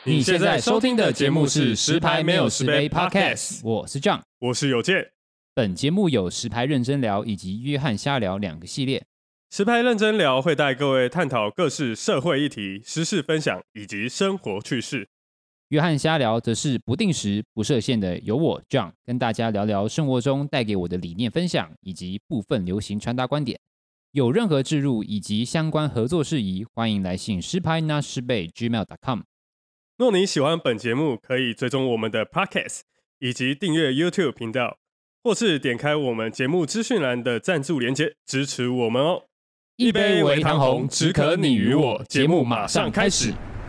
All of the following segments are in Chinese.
你现在收听的节目是十排没有十杯 Podcast， 我是 John， 我是有健。 本节目有十排认真聊以及约翰瞎聊两个系列。 十排认真聊会带各位探讨各式社会议题、时事分享以及生活趣事。 约翰瞎聊则是不定时不设限的，由我 John 跟大家聊聊生活中带给我的理念分享以及部分流行传达观点。有任何置入以及相关合作事宜，欢迎来信十排那十杯 gmail.com。 若你喜欢本节目，可以追踪我们的 Podcast 以及订阅 YouTube 频道，或是点开我们节目资讯栏的赞助连结支持我们哦。 一杯微糖红，只可你与我。节目马上开始。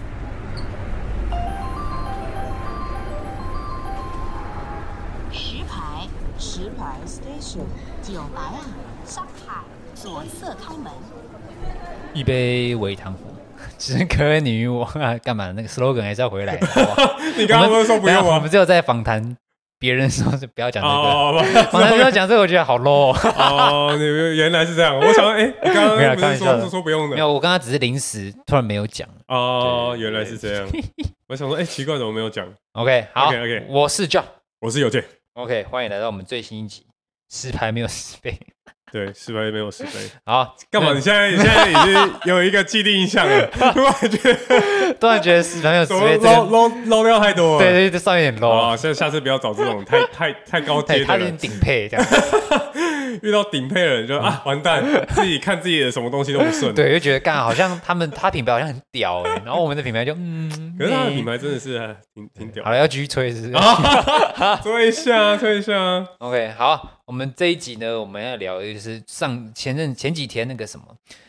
石牌 Station， 酒白啊，上海左侧开门。 一杯微糖红，只可你与我。干嘛？那个 slogan 还是要回来的，好不好？ 你刚刚不是说不用吗？ 我们只有在访谈别人说是不要讲这个，访谈没有讲这个，我觉得好 low 哦。你原来是这样，我想你刚刚不是说不用的？ 没有，我刚刚只是临时突然没有讲。 哦，原来是这样。我想说，奇怪，怎么没有讲 ？OK， 好 ，OK， 我是 John， 我是有健。 OK， 欢迎来到我们最新一集，十排没有十杯。 对，十排没有十杯。 好， 干嘛？你现在已经有一个既定印象了， 突然觉得十排没有十杯 ，low 掉太多了。 对，这上面有点 low 啊。下次不要找这种太高阶的人， 他有点顶配这样。 遇到顶配的人就完蛋，自己看自己的什么东西都不顺。 对，就觉得干好像他品牌好像很屌然后我们的品牌就可是他的品牌真的是挺屌。 好了，要继续吹是不是？ 吹一下。 OK， 好，我们这一集呢，我们要聊的就是前几天那个什么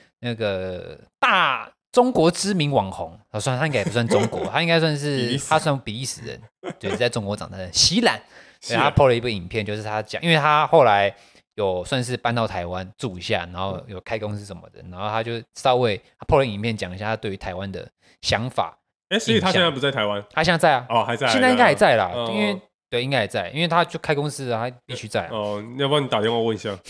大中国知名网红，他应该也不算中国，他应该算是他算比利时人，就是在中国长大的席兰。对，他 po 了一部影片，就是他讲，因为他后来有算是搬到台湾住一下，然后有开公司什么的，然后他就稍微他 po 了影片讲一下他对于台湾的想法。 所以他现在不在台湾？ 他现在在啊， 哦，还在， 现在应该还在啦，因为对，应该还在，因为他就开公司了，他必须在。 哦，要不然你打电话问一下。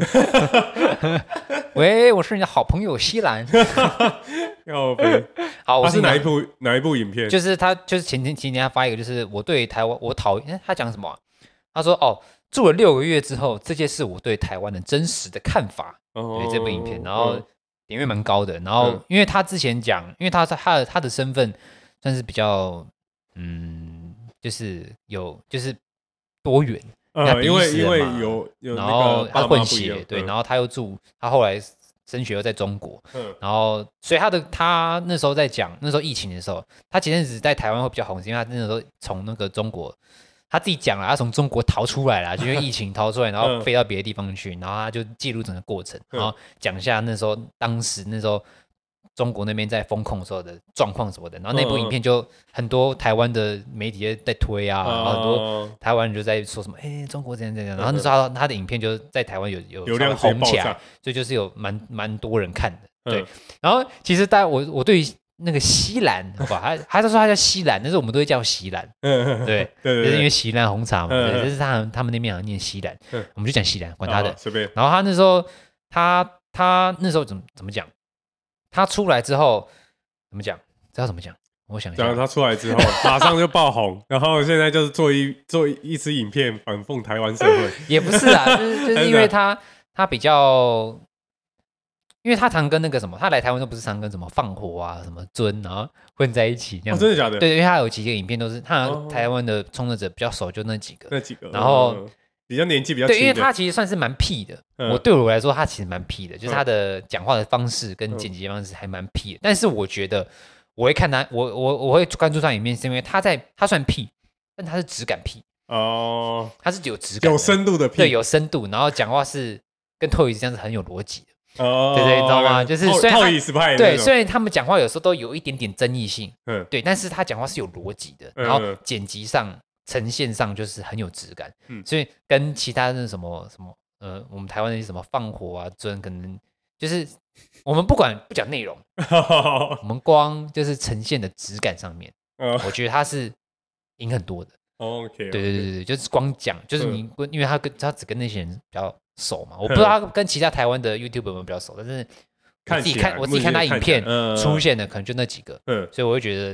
喂，我是你的好朋友西兰。 要呗。 好， 他是哪一部影片？ 就是他，就是前天他发一个，就是我对台湾我讨厌他讲什么他说住了6个月之后，这些是我对台湾的真实的看法。对这部影片，然后点阅蛮高的。然后因为他之前讲，因为他的身份算是比较就是多元。 因为有然后他混血，对，然后他后来升学又在中国，然后所以他那时候在讲，那时候疫情的时候，他前阵子在台湾会比较红，因为他那时候从那个中国，他自己讲了，他从中国逃出来了，就因为疫情逃出来，然后飞到别的地方去，然后他就记录整个过程，然后讲一下当时那时候中国那边在封控的时候的状况什么的，然后那部影片就很多台湾的媒体在推啊，然后很多台湾人就在说什么，中国怎样，然后那时候他的影片就在台湾有流量红起来，所以就是有蛮多人看的，对。然后其实我对于那个西兰，好吧，他就说他叫西兰，但是我们都会叫席兰，对，就是因为席兰红茶嘛，对，这是他们那边好像念西兰，我们就讲西兰，管他的。然后他那时候他那时候怎么讲？他出来之后怎么讲？知道怎么讲？我想一下。 他出来之后马上就爆红，然后现在就是做一支影片反讽台湾社会。 也不是啊，就是因为他比较，因为他常跟那个什么，他来台湾都不是常跟什么放火啊、什么尊，然后混在一起这样。 真的假的？ 对，因为他有几个影片都是他台湾的冲着者比较熟，就那几个。然后比较年纪比较轻的， 对，因为他其实算是蛮屁的。对我来说，他其实蛮屁的，就是他的讲话的方式跟剪辑方式还蛮屁的。但是我觉得我会看他，我会关注他影片，是因为他算屁，但他是质感屁哦，他是有质感、有深度的屁， 对，有深度，然后讲话是跟透椅子这样子很有逻辑的。对，你知道吗？就是透椅子派的， 对，虽然他们讲话有时候都有一点点争议性，对，但是他讲话是有逻辑的，然后剪辑上。呈现上就是很有质感，所以跟其他的什么我们台湾的什么放火啊尊，可能就是我们不讲内容，我们光就是呈现的质感上面，我觉得他是赢很多的。 OK， 对，就是光讲，就是你因为他只跟那些人比较熟嘛，我不知道他跟其他台湾的 YouTuber 有没有比较熟，但是我自己看他影片出现的可能就那几个，所以我会觉得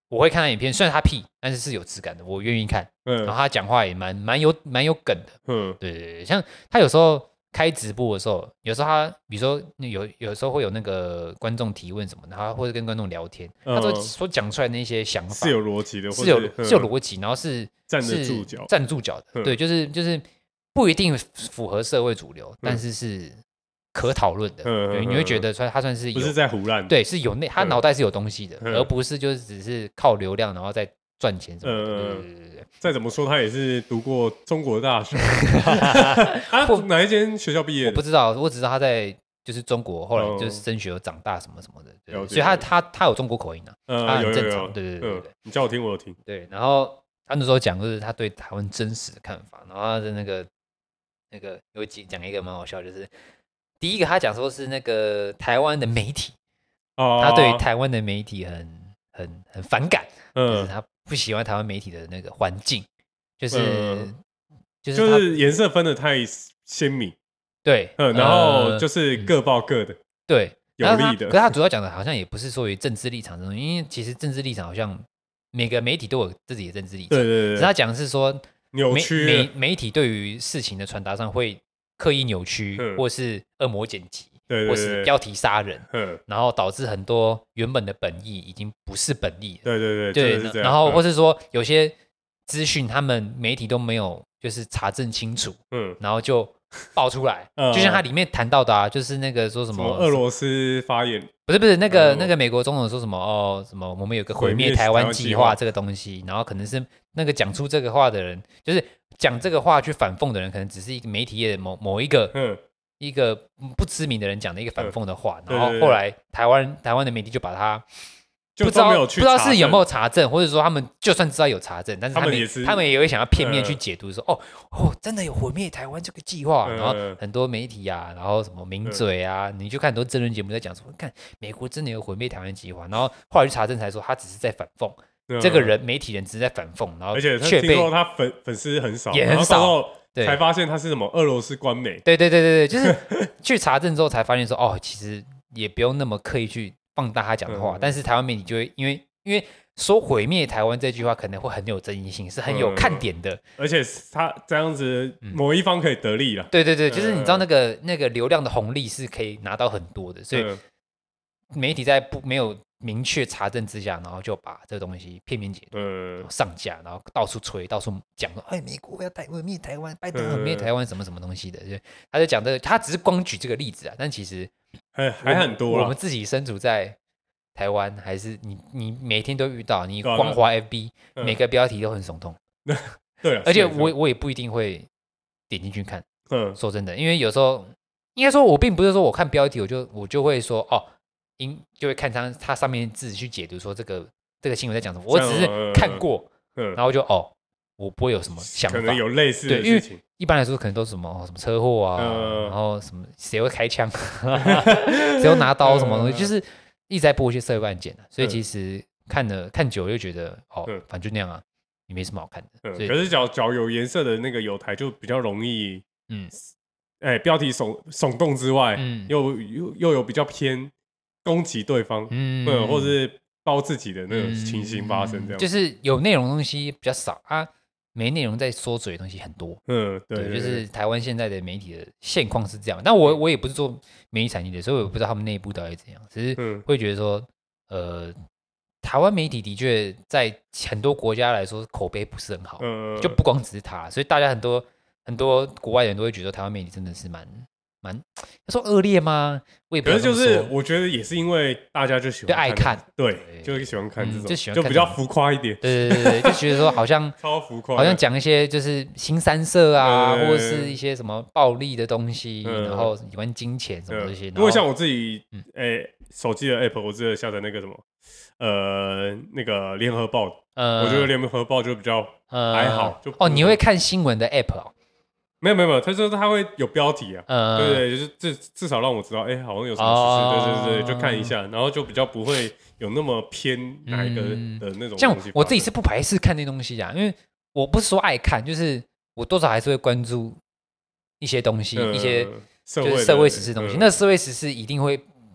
我会看他影片，虽然他屁，但是是有质感的，我愿意看。然后他讲话也蛮有梗的。对，像他有时候开直播的时候，有时候他比如说有时候会有那个观众提问什么的，他或者跟观众聊天，他所讲出来的那些想法是有逻辑的， 是有逻辑，然后是站得住脚， 站住脚的。对，就是不一定符合社会主流，但是是可讨论的。对，你会觉得他算是不是在胡乱， 对，是有他脑袋是有东西的，而不是就是只是靠流量然后再赚钱什么的。对。 再怎么说，他也是读过中国大学。他哪一间学校毕业的？ 我不知道，我只知道他在就是中国，后来就是升学长大什么什么的。对，所以他有中国口音啊，他很正常。对。 你叫我听，我有听。 对，然后他那时候讲就是他对台湾真实的看法，然后他的那个有讲一个蛮好笑，就是第一个他讲说是那个台湾的媒体，他对台湾的媒体很反感，就是他不喜欢台湾媒体的那个环境，就是颜色分得太鲜明， 对， 然后就是各报各的， 对， 有利的。 可是他主要讲的好像也不是说于政治立场这种，因为其实政治立场好像每个媒体都有自己的政治立场， 对。 只是他讲的是说扭曲媒体对于事情的传达上会刻意扭曲，或是恶魔剪辑。 对， 或是标题杀人，然后导致很多原本的本意已经不是本意了。 对， 然后或是说有些资讯他们媒体都没有就是查证清楚，然后就爆出来，就像他里面谈到的就是那个说什么俄罗斯发言， 不是那个美国总统说什么什么我们有个毁灭台湾计划这个东西，然后可能是那个讲出这个话的人，就是讲这个话去反讽的人，可能只是一个媒体业的某一个。一个不知名的人讲的一个反讽的话，然后后来台湾的媒体就把他不知道是有没有查证，或者说他们就算知道有查证，但是他们也会想要片面去解读说真的有毁灭台湾这个计划，然后很多媒体啊，然后什么名嘴啊，你就看很多真人节目在讲说，看美国真的有毁灭台湾计划，然后后来去查证才说他只是在反讽，这个人媒体人只是在反讽，然后而且听说他粉丝很少， 也很少。 才发现他是什么俄罗斯官媒。 对，就是去查证之后才发现说，其实也不用那么刻意去放大他讲的话，但是台湾媒体就会因为说毁灭台湾这句话可能会很有争议性，是很有看点的， 而且他这样子某一方可以得利了。 对，就是你知道那个流量的红利是可以拿到很多的，所以媒体在没有明确查证之下，然后就把这个东西片面解读，上架，然后到处吹，到处讲说，美国要毁灭台湾，拜登毁灭台湾什么什么东西的，他就讲他只是光举这个例子啊，但其实还很多。 我们自己身处在台湾，还是你每天都遇到，你光滑 FB，每个标题都很耸动。 对， 而且我也不一定会点进去看。说真的，因为有时候应该说，我并不是说我看标题我就会说就会看它上面字去解读说这个新闻在讲什么，我只是看过，然后就我不会有什么想法， 可能有类似的事情。 因为一般来说可能都是什么车祸啊，然后什么谁会开枪，谁会拿刀什么东西，就是一直在播一些社会案件所以其实看久了就觉得反正就那样啊，也没什么好看的。 可是只要有颜色的那个有台就比较容易，标题耸动之外，又有比较偏攻击对方，或者是包自己的那种情形发生，这样就是有内容的东西比较少啊，没内容在说嘴的东西很多。对，就是台湾现在的媒体的现况是这样。但我也不是做媒体产业的，所以我也不知道他们内部到底怎样，只是会觉得说，台湾媒体的确在很多国家来说口碑不是很好，就不光只是他，所以大家很多国外人都会觉得台湾媒体真的是蛮说恶劣吗？我也不知道。可是就是我觉得也是因为大家就喜欢爱看， 对，就喜欢看这种， 就喜欢看就比较浮夸一点。 对，就觉得说好像超浮夸， 好像讲一些就是新三色啊，或者是一些什么暴力的东西，然后喜欢金钱什么这些。 因为像我自己，手机的 app 我只有下载那个什么，那个联合报，我觉得联合报就比较还好。 你会看新闻的 app 哦？ 没有，他说他会有标题啊，对，就是至少让我知道，好像有什么事，对，就看一下，然后就比较不会有那么偏哪一个的那种东西。 像我自己是不排斥看那东西啊，因为我不是说爱看，就是我多少还是会关注一些东西，一些社会时事东西。那社会时事一定会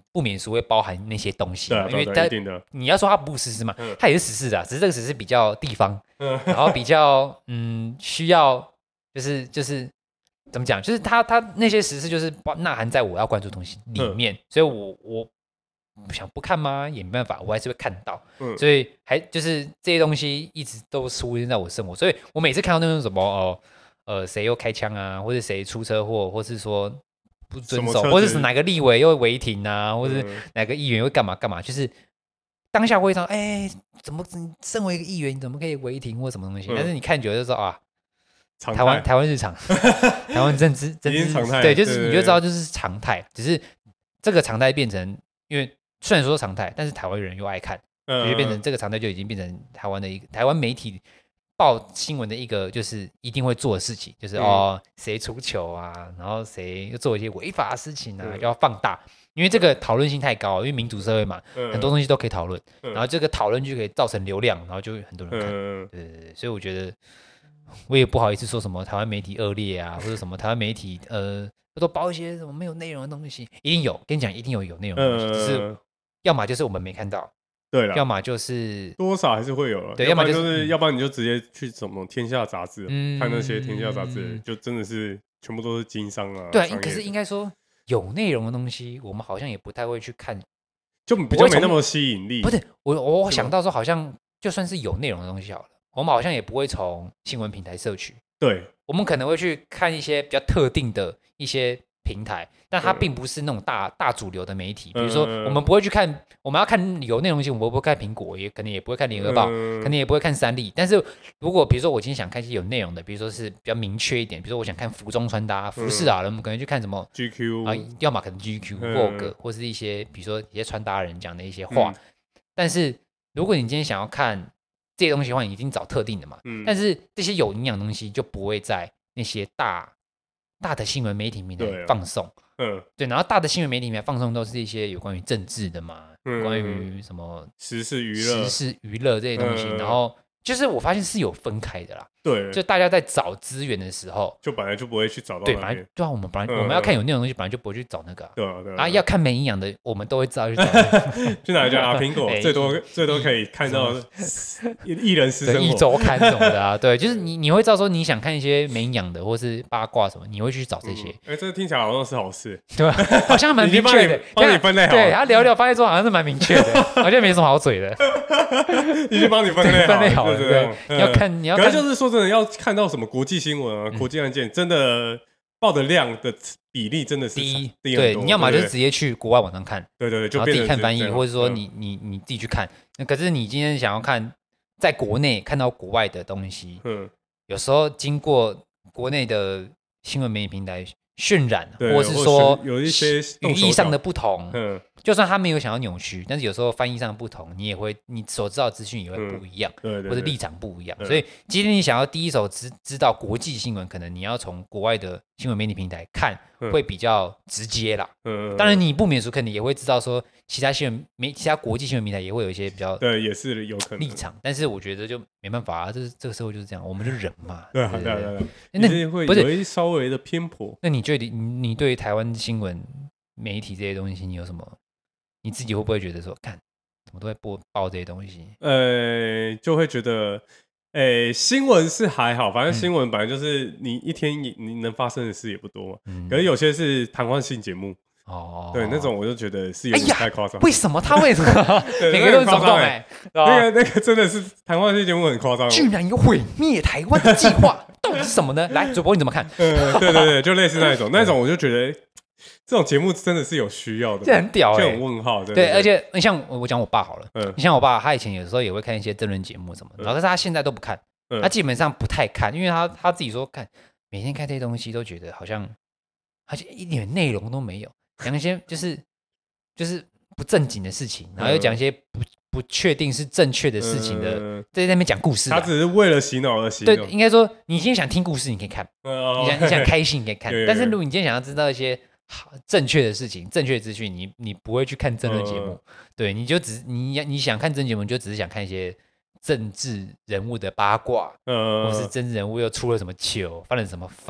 不免俗会包含那些东西，因为你要说它不时事嘛，它也是时事的，只是这个时事比较地方，然后比较需要就是怎么讲，就是它那些时事就是呐含在我要关注的东西里面，所以我想不看吗？也没办法，我还是会看到，所以还就是这些东西一直都出现在我生活，所以我每次看到那种什么谁又开枪啊，或者谁出车祸，或是说不遵守，或者是哪个立委又违停啊，或者是哪个议员又干嘛干嘛，就是当下会说，怎么身为一个议员，你怎么可以违停或什么东西？但是你看久了就说啊，台湾日常，台湾政治常态， 对，就是你就知道就是常态，只是这个常态变成，因为虽然说常态，但是台湾人又爱看，就变成这个常态就已经变成台湾媒体报新闻的一个就是一定会做的事情，就是谁出糗啊，然后谁又做一些违法的事情啊，就要放大，因为这个讨论性太高，因为民主社会嘛，很多东西都可以讨论，然后这个讨论就可以造成流量，然后就很多人看，对，所以我觉得我也不好意思说什么台湾媒体恶劣啊，或者什么台湾媒体都报一些什么没有内容的东西，一定有，跟你讲一定有内容的东西，只是要么就是我们没看到。 对了， 要么就是多少还是会有了， 对， 要不然就是要不然你就直接去什么天下杂志看那些天下杂志，就真的是全部都是经商啊。 对，可是应该说有内容的东西，我们好像也不太会去看， 就比较没那么吸引力。 不是我想到说，好像就算是有内容的东西好了，我们好像也不会从新闻平台摄取。 对， 我们可能会去看一些比较特定的一些平台，但它并不是那种大主流的媒体。比如说，我们不会去看，我们要看有内容性，我们不会看苹果，也可能也不会看联合报，可能也不会看三立。但是如果比如说我今天想看一些有内容的，比如说是比较明确一点，比如说我想看服装穿搭、服饰啊，我们可能去看什么 GQ 啊，要么可能 GQ、Vogue，或是一些比如说一些穿搭人讲的一些话。但是如果你今天想要看这些东西的话，你已经找特定的嘛。但是这些有营养的东西就不会在那些大的新闻媒体里面放送。对，然后大的新闻媒体里面放送都是一些有关于政治的嘛，关于什么时事娱乐这些东西，然后就是我发现是有分开的啦。 对， 就大家在找资源的时候， 就本来就不会去找到。 对，反正对啊，我们要看有内容的东西，本来就不会去找那个。 对啊，要看没营养的，我们都会知道去找。 去哪一家苹果最多可以看到艺人私生活、 一周刊什么的啊。对，就是你会知道说你想看一些没营养的，或是八卦什么，你会去找这些。 这听起来好像是好事， 对吧？好像蛮明确的， 帮你分类好。 对，他聊发现说好像是蛮明确的，好像没什么好嘴的。 已经帮你分类好了， 对，你要看， 就是说真的要看到什么国际新闻啊、国际案件，真的报的量的比例真的是低。 对，你要么就是直接去国外网上看， 对， 就自己看翻译，或者说你自己去看。可是你今天想要看在国内看到国外的东西，有时候经过国内的新闻媒体平台渲染，或是说有一些语义上的不同，就算他没有想要扭曲，但是有时候翻译上不同，你所知道的资讯也会不一样，或者立场不一样。所以今天你想要第一手知道国际新闻，可能你要从国外的新闻媒体平台看，会比较直接啦。当然你不免俗，肯定也会知道说其他国际新闻平台也会有一些比较对，也是有可能立场，但是我觉得就没办法啊，这个社会就是这样，我们是人嘛。 对，那会有一稍微的偏颇。 那你你对台湾新闻媒体这些东西，你有什么？你自己会不会觉得说，看怎么都在报这些东西？ 就会觉得，新闻是还好，反正新闻本来就是你一天你能发生的事也不多嘛。可是有些是谈话性节目，对那种我就觉得是有点太夸张。 为什么每个都是总动那个真的是谈话性节目很夸张， 居然有毁灭台湾的计划，到底是什么呢？来，主播你怎么看？ 对，就类似那种我就觉得。这种节目真的是有需要的， 这很屌就很问号。 对，而且你像我讲我爸好了，你像我爸，他以前有时候也会看一些真人节目什么的，然后但是他现在都不看，他基本上不太看，因为他自己说每天看这些东西都觉得好像一点内容都没有，讲一些就是不正经的事情，然后又讲一些不确定是正确的事情的，在那边讲故事。 他只是为了洗脑而洗脑。 对，应该说你今天想听故事，你可以看；你想开心，你可以看。但是如果你今天想要知道一些正确的事情、正确的资讯，你不会去看真人节目。对，你就你想看真人节目，你就只是想看一些政治人物的八卦，或是真人物又出了什么糗，犯了什么法。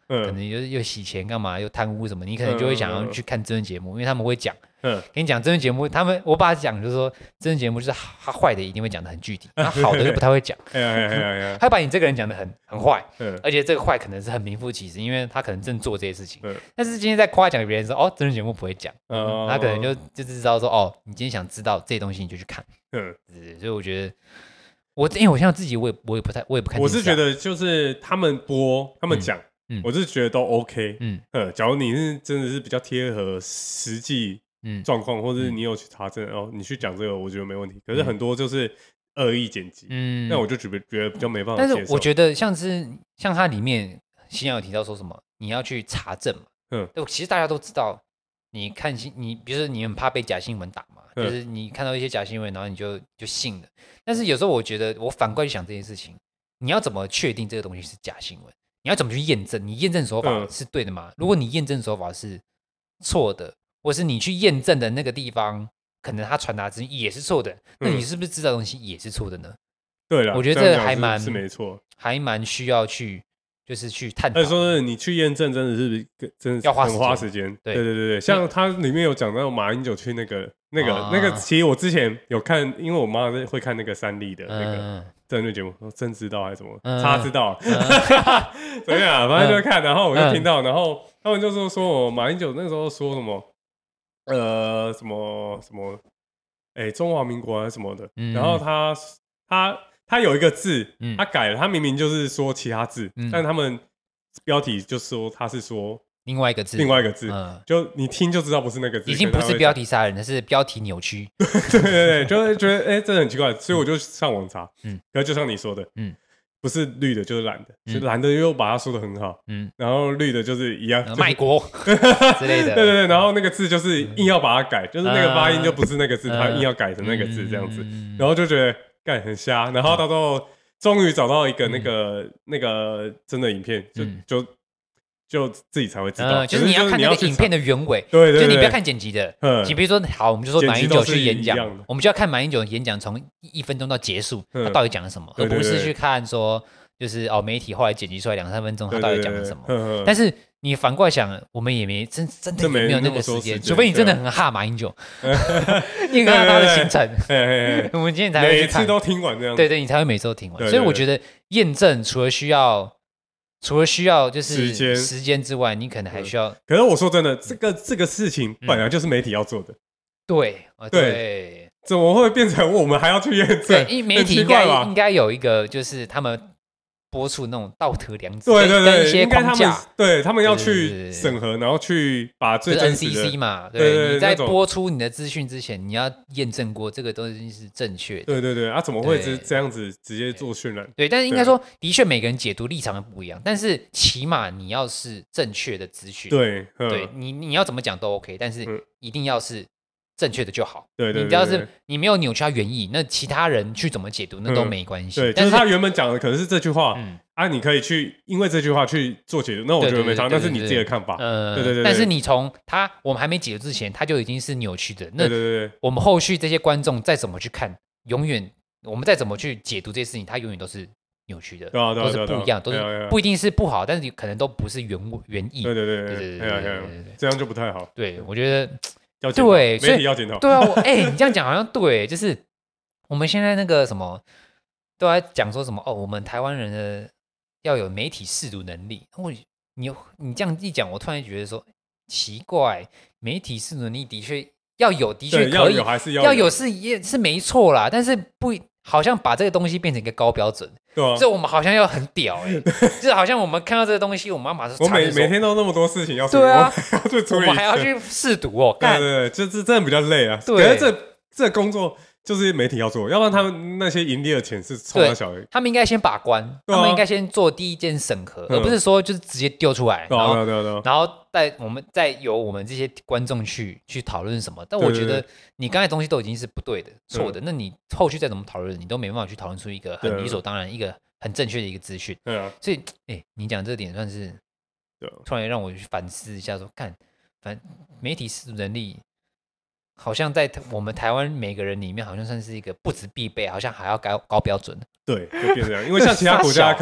可能又洗钱干嘛，又贪污什么，你可能就会想要去看真人节目，因为他们会讲。跟你讲真人节目，我爸讲就是说，真人节目就是他坏的一定会讲的很具体，他好的就不太会讲。他把你这个人讲的很坏，而且这个坏可能是很名副其实，因为他可能正做这些事情。但是今天在夸奖别人说，真人节目不会讲，他可能就知道说，你今天想知道这些东西，你就去看。所以我觉得，因为我像自己，我也不看。 我是觉得就是他们播，他们讲，我是觉得都 OK。假如你是真的是比较贴合实际状况，或者是你有去查证，你去讲这个，我觉得没问题。可是很多就是恶意剪辑，那我就觉得比较没办法接受。 但是我觉得像它里面新闻有提到说什么，你要去查证嘛。其实大家都知道，你比如说你很怕被假新闻打嘛，就是你看到一些假新闻，然后你就信了。但是有时候我觉得，我反过来想这件事情，你要怎么确定这个东西是假新闻？你要怎么去验证？你验证手法是对的吗？如果你验证手法是错的，或是你去验证的那个地方，可能他传达资讯也是错的，那你是不是知道的东西也是错的呢？ 对了， 我觉得这还蛮是没错， 还蛮需要去探讨。 说你去验证真的要很花时间。对，像他里面有讲到马英九去那个，其实我之前有看，因为我妈会看那个3立的那个政论节目，真知道还是什么，他知道，怎么样？反正就看，然后我就听到，然后他们就说我马英九那时候说什么，什么，中华民国还是什么的，然后他有一个字，他改了，他明明就是说其他字，但他们标题就说他是说另外一个字， 就你听就知道不是那个字， 已经不是标题杀人，而是标题扭曲。 对，就会觉得这很奇怪，所以我就上网查，可是就像你说的，不是绿的就是蓝的，所以蓝的又把它说的很好，然后绿的就是一样卖国之类的， 对，然后那个字就是硬要把它改，就是那个发音就不是那个字，他硬要改成那个字这样子，然后就觉得干很瞎，然后到最后终于找到一个那个真的影片，就自己才会知道， 就是你要看那个影片的原委， 对， 就你不要看剪辑的。你比如说，好，我们就说马英九去演讲，我们就要看马英九的演讲从1分钟到结束，他到底讲了什么，而不是去看说就是媒体后来剪辑出来2-3分钟他到底讲了什么。但是你反过来想，我们也真的没有那个时间，除非你真的很哈马英九，你看他的行程，我们今天才会去看， 每次都听完这样。 对，你才会每次都听完。所以我觉得验证除了需要就是时间之外，你可能还需要。 可是我说真的，这个事情本来就是媒体要做的。 对， 怎么会变成我们还要去验证？ 对，因为媒体应该有一个，就是他们播出那种道德良知， 对， 一些框架， 他们要去审核，然后去把最真实的 NCC 嘛，对，你在播出你的资讯之前，你要验证过这个东西是正确的。 对，怎么会这样子直接做渲染？ 对，但是应该说，的确每个人解读立场不一样，但是起码你要是正确的资讯，对，你要怎么讲都 OK， 但是一定要是正确的就好。对，你只要是你没有扭曲它原意，那其他人去怎么解读那都没关系。 对，就是他原本讲的可能是这句话，你可以去因为这句话去做解读，那我觉得没差，那是你自己的看法。对。 但是你从我们还没解读之前，他就已经是扭曲的。那我们后续这些观众再怎么去看，永远我们再怎么去解读这些事情，它永远都是扭曲的，都是不一样，都是不一定是不好，但是可能都不是原意。 对，这样就不太好。 对，我觉得。 对，媒体要检讨。 对啊，你这样讲好像对，就是我们现在那个什么都在讲说什么我们台湾人的要有媒体识读能力。你这样一讲，我突然觉得说奇怪，媒体识读能力的确要有，的确可以，要有也是没错啦，但是不好像把这个东西变成一个高标准。对啊，所以我们好像要很屌就是好像我们看到这个东西，我们要马上我每天都那么多事情要处理， 对啊， 我们还要去试读对，这真的比较累啊。对，可是这工作就是媒体要做，要不然他们那些盈利的钱是从哪小？ 他们应该先把关，他们应该先做第一件审核，而不是说就是直接丢出来，然后再由我们这些观众去讨论什么。但我觉得你刚才东西都已经是不对的、错的，那你后续再怎么讨论，你都没办法去讨论出一个很理所当然、一个很正确的一个资讯。所以你讲这点算是突然让我去反思一下，说看，反正媒体识读能力。好像在我们台湾每个人里面，好像算是一个不止必备，好像还要高标准。 对，就变这样。因为像其他国家可能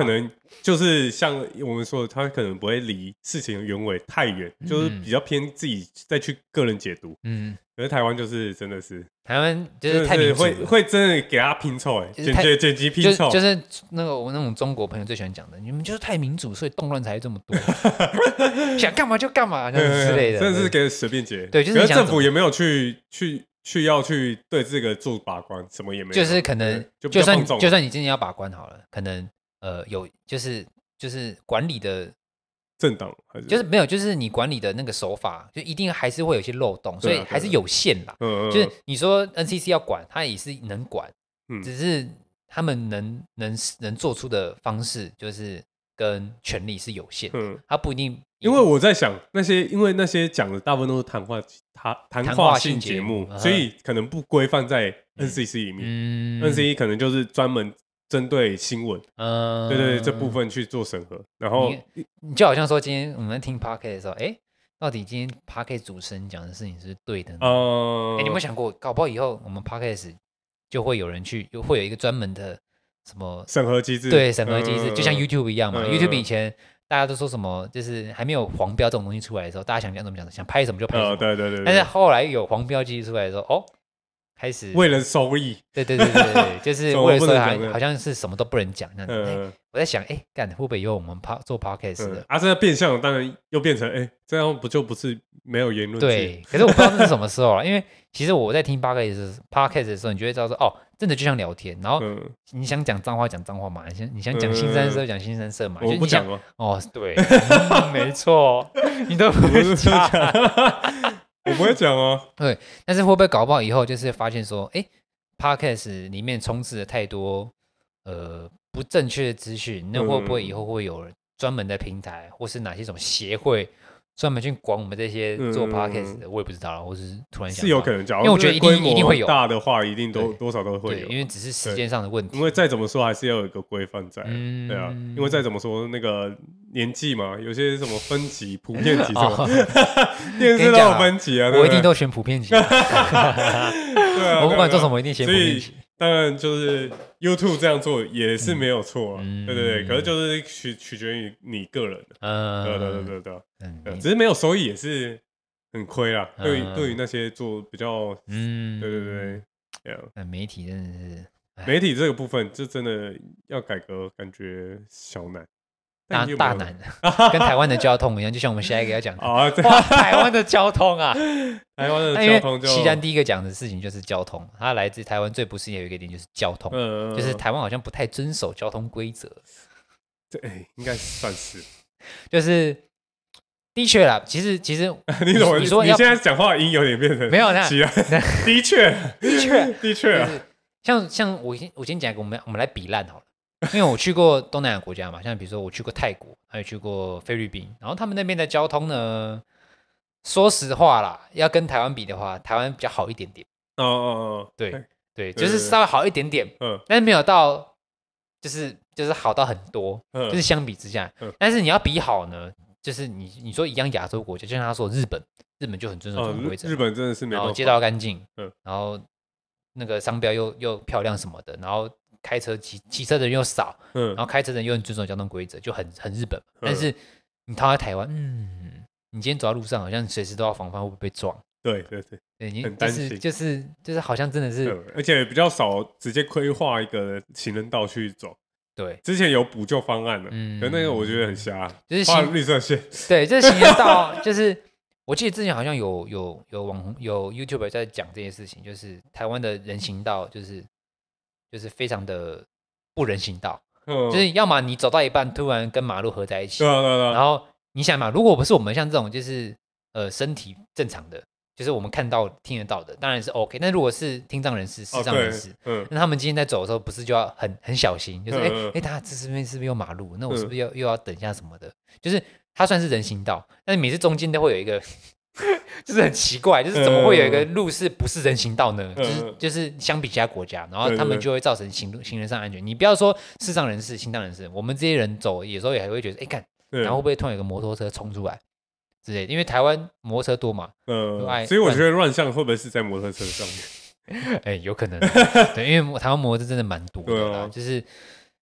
就是像我们说的，他可能不会离事情的原委太远，就是比较偏自己再去个人解读。可是台湾就是真的是， 台湾就是太民主了， 会真的给他拼凑剪辑拼凑， 就是那个我那种中国朋友最喜欢讲的，你们就是太民主，所以动乱才这么多，想干嘛就干嘛这样之类的， 真的是给随便解。 对，就是政府也没有去要去对这个做把关，什么也没有， 就是可能就算你今天要把关好了，可能有就是管理的。 政党就是没有，就是你管理的那个手法，就一定还是会有一些漏洞，所以还是有限啦。就是你说 NCC 要管，他也是能管，只是他们能做出的方式，就是跟权力是有限的，他不一定。 因为我在想因为那些讲的大部分都是谈话性节目，所以可能不规范在 NCC 里面。NCC 可能就是专门针对新闻，对这部分去做审核，然后你就好像说今天我们在听 Podcast 的时候，到底今天 Podcast 主持人讲的事情是对的呢？你有没有想过，搞不好以后我们 Podcast 就会有人会有一个专门的什么审核机制？ 对，审核机制就像 YouTube 一样嘛。YouTube 以前大家都说什么，就是还没有黄标这种东西出来的时候，大家想讲怎么讲，想拍什么就拍什么。 对。 但是后来有黄标机制出来的时候，开始为了收益， 对，就是为了说好像是什么都不能讲那样。我在想，干会不会以后我们做 podcast 的这变相当然又变成这样不是没有言论对，可是我不知道这是什么时候了，因为其实我在听 podcast 的时候，你就会知道说真的就像聊天，然后你想讲脏话讲脏话嘛，你想讲新三色讲新三色嘛， 我不讲哦，对，没错，你都不会讲。 我不会讲对，但是会不会搞不好以后就是发现说，podcast 里面充斥了太多不正确的资讯，那会不会以后会有专门的平台，或是哪些什么协会专门去管我们这些做 podcast 的？我也不知道，我是突然想是有可能讲， 因为我觉得一定会有大的话，一定多少都会有， 因为只是时间上的问题。 因为再怎么说还是要有一个规范在，对啊，因为再怎么说那个年纪嘛，有些什么分级、普遍级什么，电视都有分级啊， 我一定都选普遍级，对啊，我不管做什么一定选普遍级。 当然，就是 YouTube 这样做也是没有错啊，对，可是就是取决于你个人的，对，只是没有收益也是很亏啦。对于那些做比较，对， 媒体真的是媒体这个部分，就真的要改革，感觉小难。 大难，跟台湾的交通一样，就像我们下一个要讲的哇，台湾的交通啊， 台湾的交通西单第一个讲的事情就是交通，它来自台湾最不适应的一个点就是交通，就是台湾好像不太遵守交通规则， 应该算是， 就是的确啦，其实你说你现在讲话音有点变成没有那的确啊， 像我先讲一个，我们来比烂好了。因为我去过东南亚国家嘛，像比如说我去过泰国，还有去过菲律宾，然后他们那边的交通呢，说实话啦，要跟台湾比的话，台湾比较好一点点。对，就是稍微好一点点，但是没有到，就是好到很多，就是相比之下，但是你要比好呢，就是你说一样亚洲国家，就像他说日本就很遵守交通规则， 日本真的是没办法， 然后街道干净，然后那个商标又漂亮什么的，然后开车骑车的人又少，然后开车的人又很遵守交通规则，就很日本。但是你套在台湾，你今天走在路上，好像随时都要防范会不会被撞。 对， 你很担心， 就是好像真的是， 而且比较少直接规划一个行人道去走。 对， 之前有补救方案了，可那个我觉得很瞎， 就是画绿色线。 对，这行人道就是我记得之前好像有网红有 YouTuber 在讲这件事情，就是台湾的人行道就是非常的不人行道，就是要么你走到一半突然跟马路合在一起，然后你想嘛，如果不是我们像这种就是身体正常的，就是我们看到听得到的，当然是 OK。但如果是听障人士、视障人士，那他们今天在走的时候，不是就要很小心，就是他这边是不是有马路？那我是不是又要等一下什么的？就是它算是人行道，但是每次中间都会有一个。就是很奇怪，就是怎么会有一个路是不是人行道呢？就是相比其他国家，然后他们就会造成行人上安全。你不要说视障人士、心障人士，我们这些人走，有时候也还会觉得，看，然后会不会突然有个摩托车冲出来之类的？因为台湾摩托车多嘛， 所以我觉得乱象会不会是在摩托车上面？ 有可能，对，因为台湾摩托车真的蛮多的啦，就是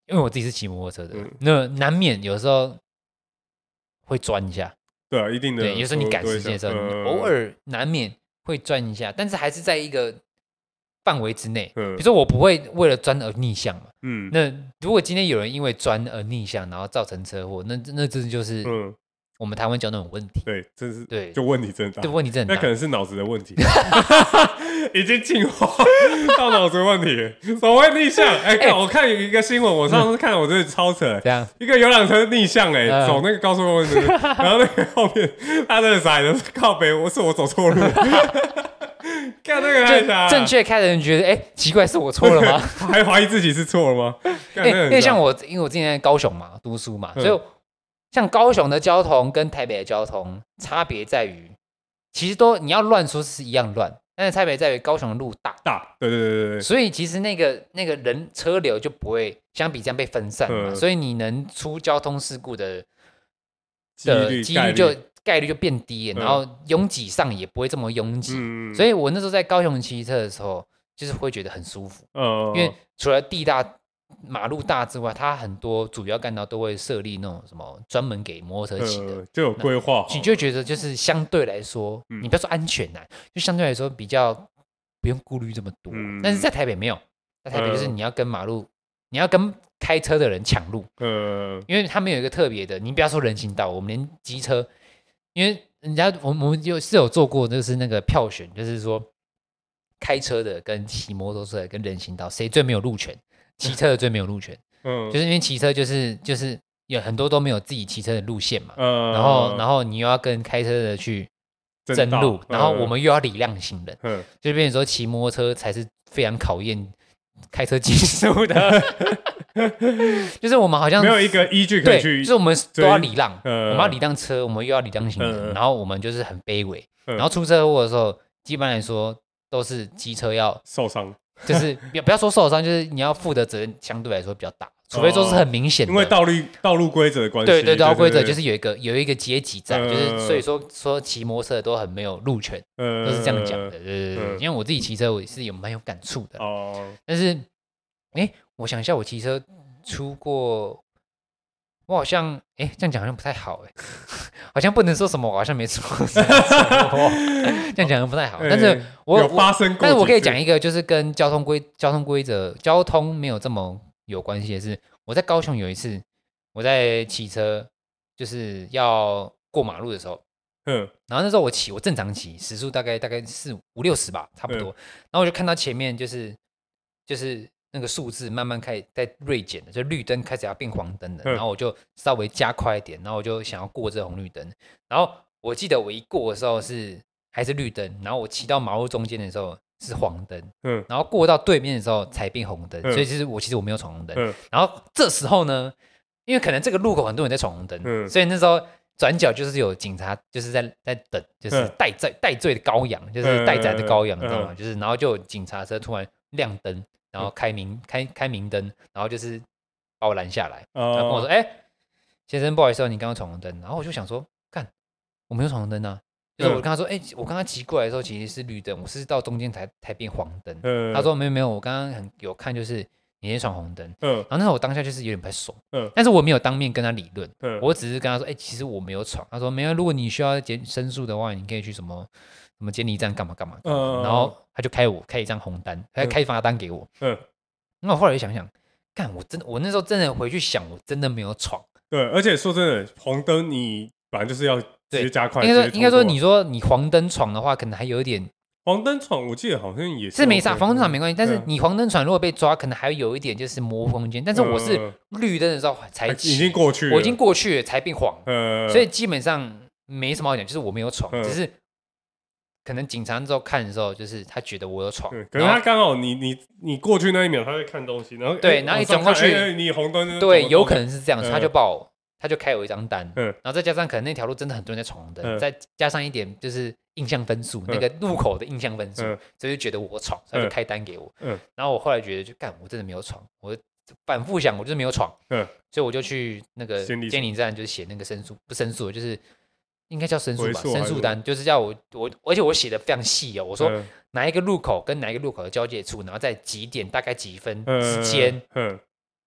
因为我自己是骑摩托车的，那难免有时候会钻一下。 对啊，一定的。 对，有时候你赶时间的时候，你偶尔难免会钻一下，但是还是在一个范围之内。比如说我不会为了钻而逆向嘛。那如果今天有人因为钻而逆向，然后造成车祸，那真的就是我们台湾交通有问题。 对，真是对，就问题真大。 对，问题真大。 那可能是脑子的问题，已经进化到脑子的问题。所谓逆向，我看有一个新闻，我上次看我真的超扯。 这样， 一个游览车逆向，走那个高速公路，然后那个后面他真的傻眼，靠北，我走错路。看那个太傻， 正确开的人觉得，奇怪，是我错了吗？ 还怀疑自己是错了吗？ 因为像我，因为我之前在高雄嘛读书嘛，所以像高雄的交通跟台北的交通差别在于，其实你要乱说是一样乱，但是差别在于高雄的路大， 对， 所以其实那个人车流就不会相比这样被分散嘛，所以你能出交通事故的几率概率就变低，然后拥挤上也不会这么拥挤，所以我那时候在高雄骑车的时候，就是会觉得很舒服，因为除了地大马路大之外，它很多主要干道都会设立那种什么专门给摩托车骑的， 就有规划好， 你就觉得就是相对来说，你不要说安全啊，就相对来说比较不用顾虑这么多。但是在台北没有，在台北就是你要跟开车的人抢路，因为他们有一个特别的，你不要说人行道，我们连机车，因为我们是有做过，就是那个票选，就是说开车的跟骑摩托车的跟人行道谁最没有路权。骑车的最没有路权，就是因为骑车就是有很多都没有自己骑车的路线嘛，然后你又要跟开车的去争路，然后我们又要礼让行人，就变成说骑摩托车才是非常考验开车技术的，就是我们好像没有一个依据可以去， 就是我们都要礼让，我们要礼让车，我们又要礼让行人，然后我们就是很卑微，然后出车祸的时候，基本来说都是机车要受伤。 就是不要说受伤，就是你要负的责任相对来说比较大，除非说是很明显的， 因为道路规则的关系。 对，道路规则就是有一个阶级在，就是所以说骑摩托车都很没有路权，都是这样讲的。对，因为我自己骑车我是蛮有感触的。但是我想一下，我骑车出过，我好像这样讲好像不太好好像不能说什么，我好像没出过这样讲不太好。但是我有发生过， 但是我可以讲一个，就是跟交通规则、交通没有这么有关系的是，我在高雄有一次，我在骑车，就是要过马路的时候，然后那时候我正常骑，时速大概是50-60吧，差不多。然后我就看到前面就是那个数字慢慢开始在锐减了，就绿灯开始要变黄灯了，然后我就稍微加快一点，然后我就想要过这红绿灯，然后我记得我一过的时候还是绿灯，然后我骑到马路中间的时候是黄灯，然后过到对面的时候才变红灯，所以其实我没有闯红灯，然后这时候呢，因为可能这个路口很多人在闯红灯，所以那时候转角就是有警察就是在等，就是待罪的羔羊，就是待宰的羔羊，你知道吗？就是然后就有警察车突然亮灯。然后开明灯，然后就是把我拦下来，然后跟我说：“先生，不好意思，你刚刚闯红灯。”然后我就想说：“干，我没有闯红灯啊！”就是我跟他说：“我刚刚骑过来的时候其实是绿灯，我是到中间才变黄灯。”他说：“没有，我刚刚有看，就是你先闯红灯。”然后那时候我当下就是有点不太爽，但是我没有当面跟他理论，我只是跟他说：“其实我没有闯。”他说：“没有，如果你需要申诉的话，你可以去什么监理站干嘛。”然后他就开一张红单，他开罚单给我。那我后来就想想，干，我那时候真的回去想，我真的没有闯。对， 而且说真的，红灯你本来就是要直接加快。 应该说，你说你黄灯闯的话，可能还有一点。 黄灯闯，我记得好像也是没啥，黄灯闯没关系。但是你黄灯闯如果被抓，可能还有一点就是模糊空间。但是我是绿灯的时候才骑， 已经过去了， 我已经过去了才变黄。所以基本上没什么好讲，就是我没有闯，只是。可能警察之后看的时候，就是他觉得我有闯， 可能他刚好你过去那一秒他在看东西，然后对，然后一转过去， 你红灯， 对，有可能是这样，他就开我一张单，然后再加上可能那条路真的很多人在闯红灯，再加上一点就是印象分数，那个路口的印象分数，所以就觉得我闯，他就开单给我，然后我后来觉得就干，我真的没有闯，我反复想我就是没有闯，所以我就去那个监理站，就是写那个申诉，不申诉就是。应该叫申诉吧，申诉单就是叫我，而且我写的非常细哦。我说哪一个路口跟哪一个路口的交界处，然后在几点大概几分之间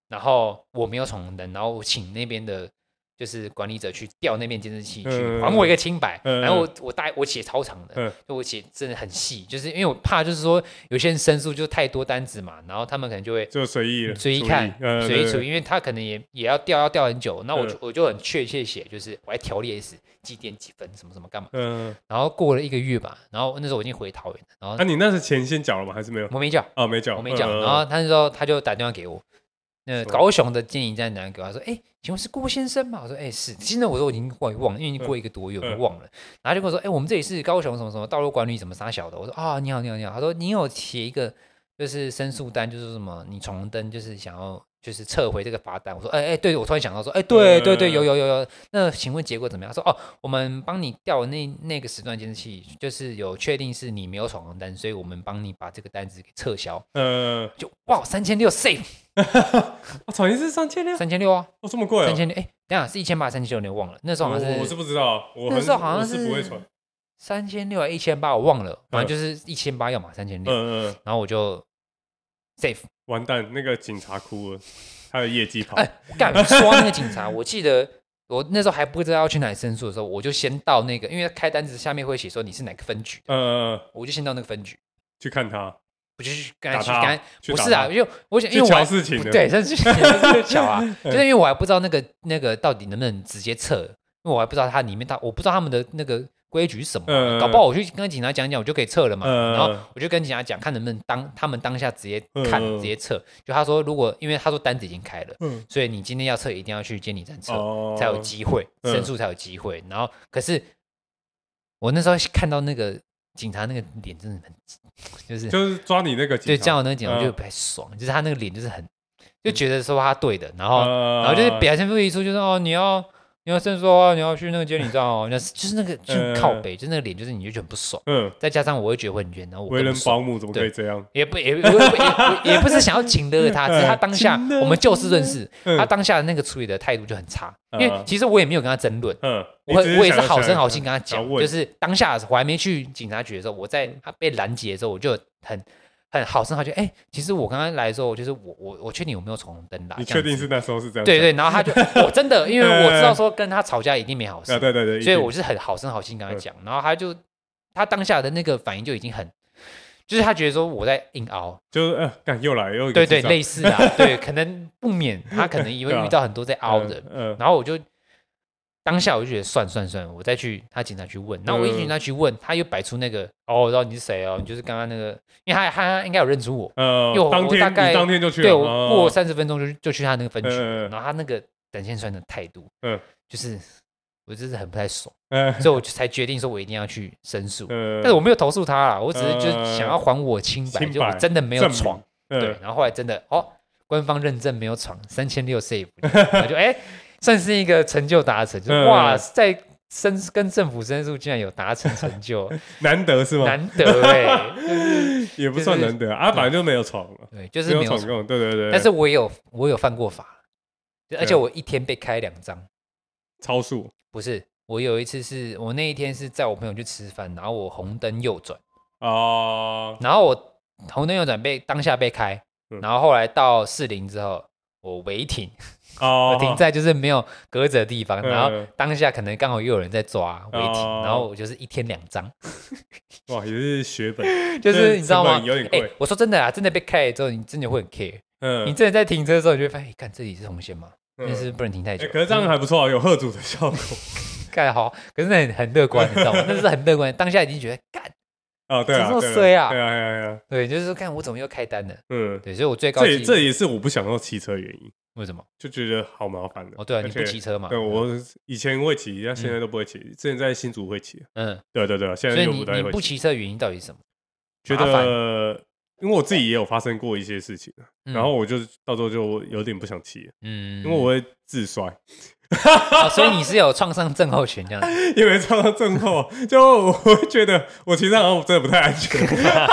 然后我没有闯红灯，然后我请那边的。就是管理者去调那边监视器去还我一个清白，然后我写超长的，就我写真的很细，就是因为我怕就是说有些人申诉就太多单子嘛，然后他们可能就会就随意看随意处理，因为他可能也要调很久，那我就很确切写，就是我还条列死几点几分什么什么干嘛，然后过了1个月吧，然后那时候我已经回桃园了，然后你那是钱先缴了吗？还是没有？ 我没缴没缴， 我没缴，然后那时候他就打电话给我。高雄的监理站打电话给我，他说：“请问是郭先生吗？”我说：“是。”其实我说我已经忘了，因为已经过1个多月，我忘了。然后就跟我说：“我们这里是高雄什么什么道路管理怎么啥小的。”我说：“你好，你好，你好。”他说：“你有写一个就是申诉单，就是什么你闯红灯，就是想要就是撤回这个罚单。”我说：“对。”我突然想到说：“对，有。那请问结果怎么样？”他说：“我们帮你调那个时段监视器，就是有确定是你没有闯红灯，所以我们帮你把这个单子给撤销。”就哇，3600 save。 闯一次3600 啊！ 这么贵啊 ！3600，等一下是1800、3600，有点忘了。那时候好像是我是不知道， 那时候好像是不会闯 3600、1800，我忘了，反正就是1800要嘛3600。然后我就 save， 完蛋，那个警察哭了，他的业绩跑。 干刷那个警察，我记得我那时候还不知道要去哪里申诉的时候，我就先到那个，因为开单子下面会写说你是哪个分局的，我就先到那个分局去看他。 我就去跟他不是啊，因为我想，因为我事情对，这是巧啊，就是因为我还不知道那个到底能不能直接撤，因为我还不知道它里面我不知道他们的那个规矩是什么，搞不好我去跟警察讲，我就可以撤了嘛。然后我就跟警察讲，看能不能他们当下直接看，直接撤。就他说，如果因为他说单子已经开了，所以你今天要撤，一定要去监理站撤，才有机会申诉，才有机会。然后可是我那时候看到那个警察那个脸真的很。 就是抓你那个警察， 对，这样那个警察我就不太爽，就是他那个脸就是很，就觉得说他对的，然后就是表现不一出，就是你要申诉啊，你要去那个监理站哦，就是那个就是靠北，就是那个脸，就是你就觉得很不爽，再加上我会觉得会很冤，然后我为人保姆怎么可以这样？ 也不是想要请得他，只是他当下我们就事论事，他当下的那个处理的态度就很差，因为其实我也没有跟他争论，我也是好声好心跟他讲，就是当下我还没去警察局的时候，我在他被拦截的时候，我就很好声好气，其实我刚刚来的时候，就是我确定我没有闯红灯啦。 你确定是那时候是这样？ 对，然后他就我真的，因为我知道说跟他吵架一定没好事， 对， 所以我是很好声好心跟他讲，然后他当下的那个反应就已经很，就是他觉得说我在硬凹， 就是又来又对类似啊，对，可能不免他可能也会遇到很多在凹的，然后我就。当下我就觉得算，我再去他警察局问，然后我一去他去问，他又摆出那个我知道你是谁哦，你就是刚刚那个，因为他应该有认出我，因为我大概当天就去了， 对，我过30分钟就去他那个分局，然后他那个展现出来的态度，就是我就是很不太爽，所以我才决定说我一定要去申诉，但是我没有投诉他啦，我只是就想要还我清白，就我真的没有闯，对，然后后来真的官方认证没有闯，3600 save， 然后就算是一个成就达成，就是哇，在跟政府申诉竟然有达成成就， 难得是吗？ 难得也不算难得啊，反正就没有闯了， 对，就是没有闯过， 对。 但是我有犯过法，而且我一天被开2张， 超速不是，我有一次是我那一天是载我朋友去吃饭，然后我红灯右转然后我红灯右转当下被开，然后后来到士林之后我违停。我停在就是没有隔着的地方，然后当下可能刚好又有人在抓违停，然后我就是一天2张。 哇，也是血本， 就是你知道吗？ 有点贵。 我说真的啊，真的被开了之后，你真的会很 care。你真的在停车的时候，你就会发现，看这里是红线吗？但是不能停太久。 可是这样还不错，有吓阻的效果。 干好，可是那很乐观，你知道吗？那是很乐观，当下已经觉得干。 对啊， 这么衰啊！ 对， 就是说看我怎么又开单了。对，所以我最高级。 这也是我不想要骑车的原因。 为什么？ 就觉得好麻烦的。 对啊，你不骑车嘛？ 对，我以前会骑，但现在都不会骑。之前在新竹会骑。对，现在又不太会骑。 所以你不骑车的原因到底是什么？ 觉得，因为我自己也有发生过一些事情，然后我就到时候就有点不想骑。因为我会自摔。 所以你是有创伤症候群这样子？ 因为创伤症候，就我会觉得我骑车好像真的不太安全。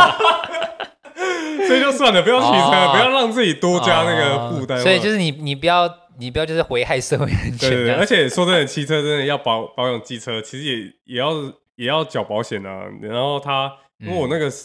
所以就算了，不要骑车，不要让自己多加那个负担。 所以就是你不要就是危害社会安全。 对，而且说真的，骑车真的要保养机车，其实也要缴保险啊。然后因为我那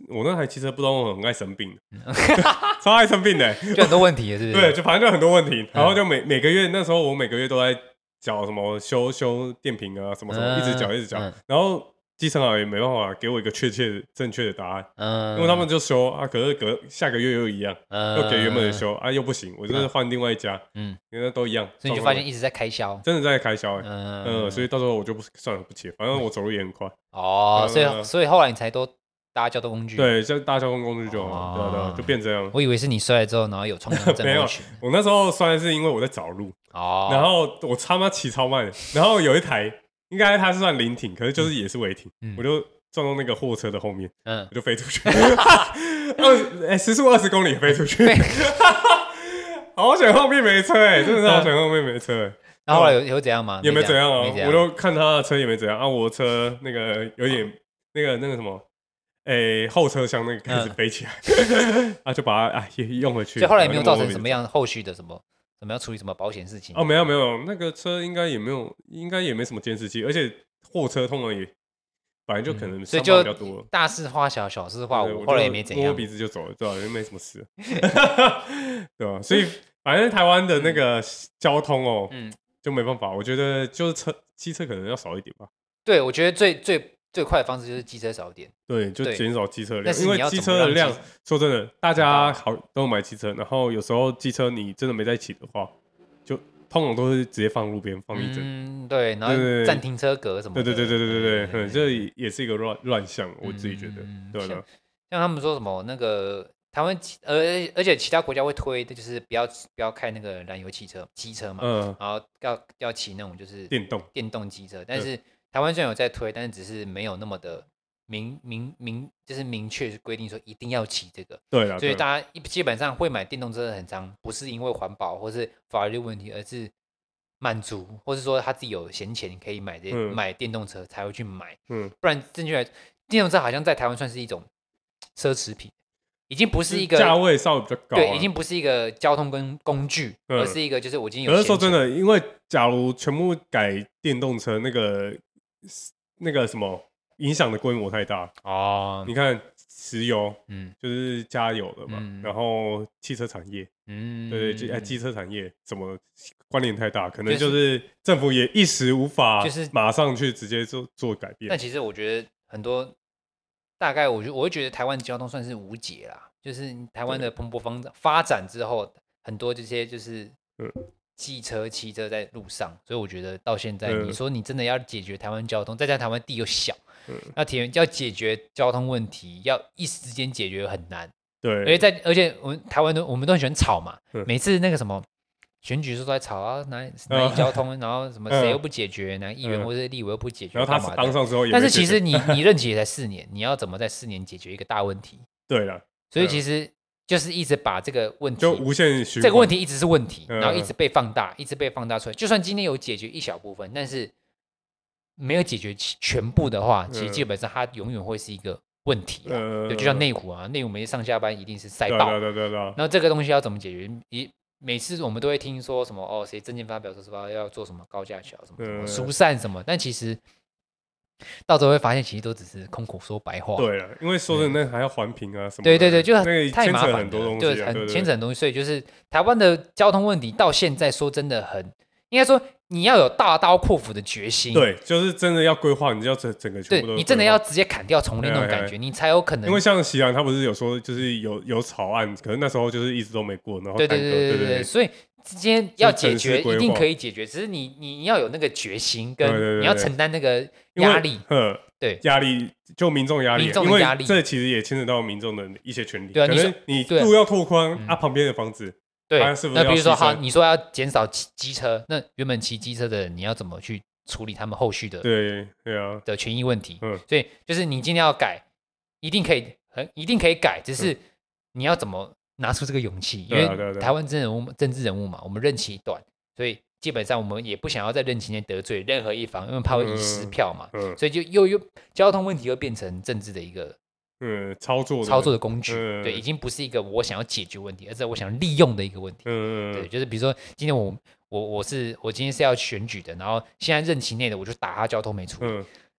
我那台汽车不知道我很爱生病，超爱生病的， 就很多问题，是不是？ 对，就反正就很多问题，然后就每个月那时候我每个月都在缴什么修电瓶啊什么什么，一直缴，然后基层行也没办法给我一个正确的答案，因为他们就修啊，可是下个月又一样，又给原本的修啊，又不行，我就是换另外一家，因为都一样， 所以你就发现一直在开销， 真的在开销，所以到时候我就算了不切，反正我走路也很快， 所以后来你才都搭交通工具， 对，就搭交通工具就好，对，就变这样。 我以为是你摔了之后，然后有冲动症候群， 我那时候摔是因为我在找路，然后我他妈骑超慢的，然后有一台。应该它是算临停，可是就是也是违停，我就撞到那个货车的后面，我就飞出去，时速20公里飞出去，好险后面没车真的是好险后面没车那后来有怎样吗？ 也没怎样啊，我就看他的车也没怎样啊，我的车那个有点那个什么，后车厢那个开始飞起来，啊就把它用回去， 所以后来没有造成什么样后续的什么要处理什么保险事情？ 没有，那个车应该也没什么监视器，而且货车通常也本来就可能所以就比较多， 大事化小，小事化无，后来也没怎样， 摸鼻子就走了，对吧？也没什么事，对吧？所以反正台湾的那个交通就没办法，我觉得就是机车可能要少一点吧。 对，我觉得最快的方式就是机车少一点， 对，就减少机车的量，因为机车的量，说真的，大家都买机车，然后有时候机车你真的没在骑的话，就通常都是直接放路边放一整， 对，然后暂停车格什么的， 对，这也是一个乱象，我自己觉得，对的。 像他们说什么那个台湾，而且其他国家会推的就是不要开那个燃油机车嘛，然后要骑那种就是电动机车，但是台湾虽然有在推，但是只是没有那么的就是明确规定说一定要骑这个。 对了， 所以大家基本上会买电动车的很常，不是因为环保或是法律问题，而是满足，或是说他自己有闲钱可以买电动车才会去买。不然正确来，电动车好像在台湾算是一种奢侈品，已经不是一个价位稍微比较高， 对，已经不是一个交通跟工具，而是一个就是我今天有闲钱。 可是说真的，因为假如全部改电动车，那个什么影响的规模太大哦。你看石油，就是加油的嘛，然后汽车产业，对，机车产业什么关联太大，可能就是政府也一时无法，就是马上去直接做改变。 但其实我觉得很多，大概我会觉得台湾交通算是无解啦，就是台湾的蓬勃发展之后，很多这些就是汽车在路上，所以我觉得到现在，你说你真的要解决台湾交通，再加上台湾地又小，要解决交通问题，要一时之间解决很难。 对， 而且台湾我们都很喜欢吵嘛，每次那个什么选举都在吵啊，哪里交通，然后什么谁又不解决，哪议员或者立委又不解决， 然后他当上之后也， 但是其实你任期也才4年，你要怎么在4年解决一个大问题？ 对了， 所以其实就是一直把这个问题就无限循环， 这个问题一直是问题，然后一直被放大，一直被放大出来。就算今天有解决一小部分，但是没有解决全部的话，其实基本上它永远会是一个问题啦。就像内湖啊，内湖每天上下班一定是塞爆， 对。 然后这个东西要怎么解决？每次我们都会听说什么谁政见发表说要做什么高架桥什么疏散什么，但其实到时候会发现，其实都只是空口说白话。 对了，因为说的那还要环评啊什么。 对，就太麻烦了， 很多东西， 就牵扯很多东西。所以就是台湾的交通问题到现在说真的应该说你要有大刀阔斧的决心。 对，就是真的要规划，你要整个全部都。 对，你真的要直接砍掉丛林那种感觉，你才有可能。 因为像席兰他不是有说，就是有草案，可是那时候就是一直都没过，然后对，所以今天要解决一定可以解决，只是你要有那个决心，跟你要承担那个压力。对， 压力就民众压力， 民众的压力， 因为这其实也牵扯到民众的一些权利。 对啊， 可能你路要拓宽旁边的房子。 对，那比如说好，你说要减少机车，那原本骑机车的人，你要怎么去处理他们后续的的权益问题？所以就是你今天要改，一定可以改，只是你要怎么拿出这个勇气？因为台湾政治人物嘛，我们任期短，所以基本上我们也不想要在任期内得罪任何一方，因为怕会遗失票嘛，所以就又交通问题又变成政治的一个。 操作的工具，对，已经不是一个我想要解决问题，而是我想利用的一个问题。对，就是比如说今天我今天是要选举的，然后现在任期内的我就打他交通没处理，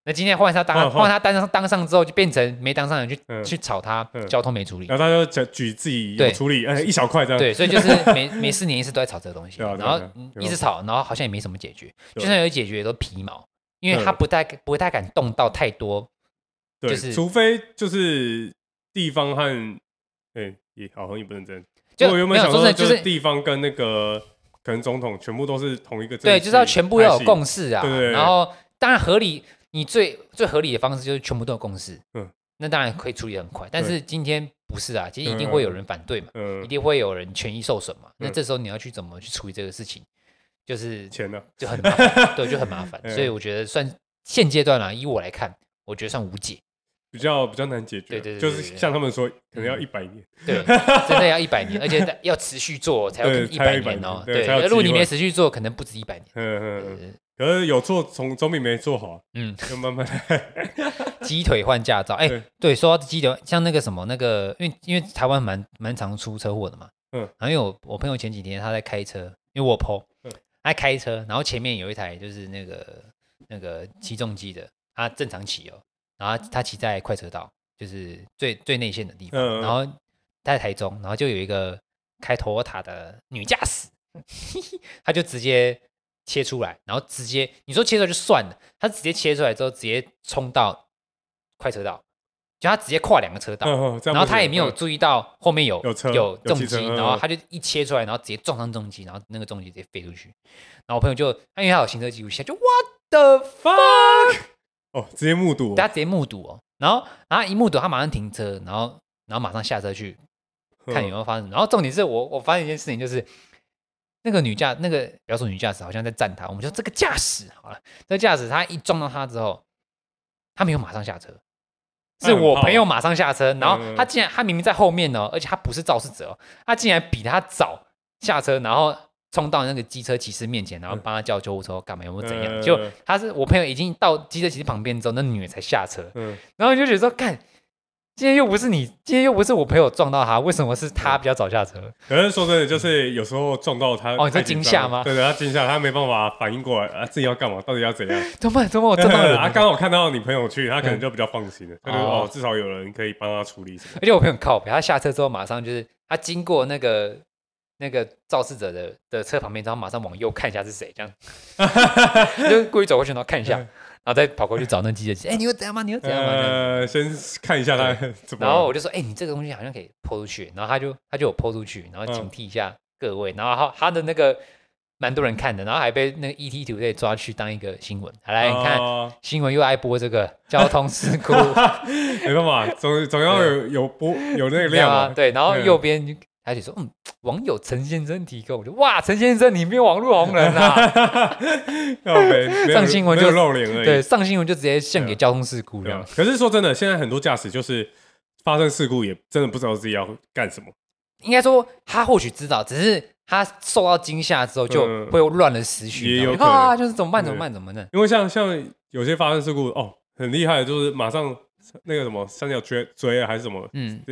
那今天换他当上之后，就变成没当上人去吵他交通没处理， 然后他就举自己有处理，一小块这样。 对，所以就是每4年一次都在吵这个东西，然后一直吵，然后好像也没什么解决，就算有解决也都皮毛，因为他不太敢动到太多，就是除非就是地方和也好像也不能这样。就我原本想说，就是地方跟那个可能总统全部都是同一个政对，就是要全部要有共识啊。 对， 然后当然合理，你最合理的方式就是全部都有共识。那当然可以处理很快。但是今天不是啊，今天一定会有人反对嘛，一定会有人权益受损嘛。那这时候你要去怎么去处理这个事情，就是钱呢， 就很麻烦，对，就很麻烦。所以我觉得算现阶段以我来看，我觉得算无解。 比较难解决，对，就是像他们说，可能要100年， 对，真的要100年，而且要持续做才有100年哦。对，如果你没持续做，可能不止100年。 可是有做总比没做好，就慢慢来。 鸡腿换驾照，对，说到鸡腿，像那个什么那个，因为台湾蛮常出车祸的嘛，然后因为我朋友前几天他在开车，因为我 PO，他开车，然后前面有一台就是那个起重机的，他正常骑哦。然后他骑在快车道，就是最内线的地方。然后他在台中，然后就有一个开 Toyota 的女驾驶，他就直接切出来，然后直接你说切出来就算了，他直接切出来之后直接冲到快车道，就他直接跨2个车道，然后他也没有注意到后面有重机，然后他就一切出来，然后直接撞上重机，然后那个重机直接飞出去。然后我朋友就因为他有行车记录器，就 What the fuck。 直接目睹， 他直接目睹哦，然后一目睹，他马上停车，然后马上下车去看有没有发生。然后重点是我发现一件事情，就是那个不要说女驾驶，好像在赞他。我们说这个驾驶好了，这个驾驶他一撞到他之后，他没有马上下车，是我朋友马上下车，然后他明明在后面呢，而且他不是肇事者，他竟然比他早下车，然后冲到那个机车骑士面前，然后帮他叫救护车干嘛，有没有怎样？就我朋友已经到机车骑士旁边之后，那女的才下车。然后就觉得说，干，今天又不是我朋友撞到他，为什么是他比较早下车？ 可是说真的，就是有时候撞到他， 你在惊吓吗？ 对，他惊吓，他没办法反应过来自己要干嘛，到底要怎样？ 怎么我撞到人？ 刚好看到你朋友去，他可能就比较放心了，他就至少有人可以帮他处理什么。 而且我朋友很靠北，他下车之后马上就是他经过那个肇事者的车旁边，然后马上往右看一下是谁，这样就故意走过去，然后看一下，然后再跑过去找那机器。你又怎样吗？ 先看一下他怎么。 然后我就说，你这个东西好像可以抛出去，然后他就有抛出去，然后警惕一下各位。然后他的那个蛮多人看的，然后还被那个 ET Today 抓去当一个新闻。来，你看新闻又爱播这个交通事故， 没办法，总要有播有那个量嘛。 对，然后右边。他就说网友陈先生提供，我就哇，陈先生你没有网络红人啊，上新闻就露脸而已。 对，上新闻就直接献给交通事故这样。 可是说真的，现在很多驾驶就是发生事故也真的不知道自己要干什么。 应该说他或许知道，只是他受到惊吓之后就会乱了思绪， 也有可能就是怎么办呢？ 因为像有些发生事故很厉害的，就是马上。那个什么三角锥还是什么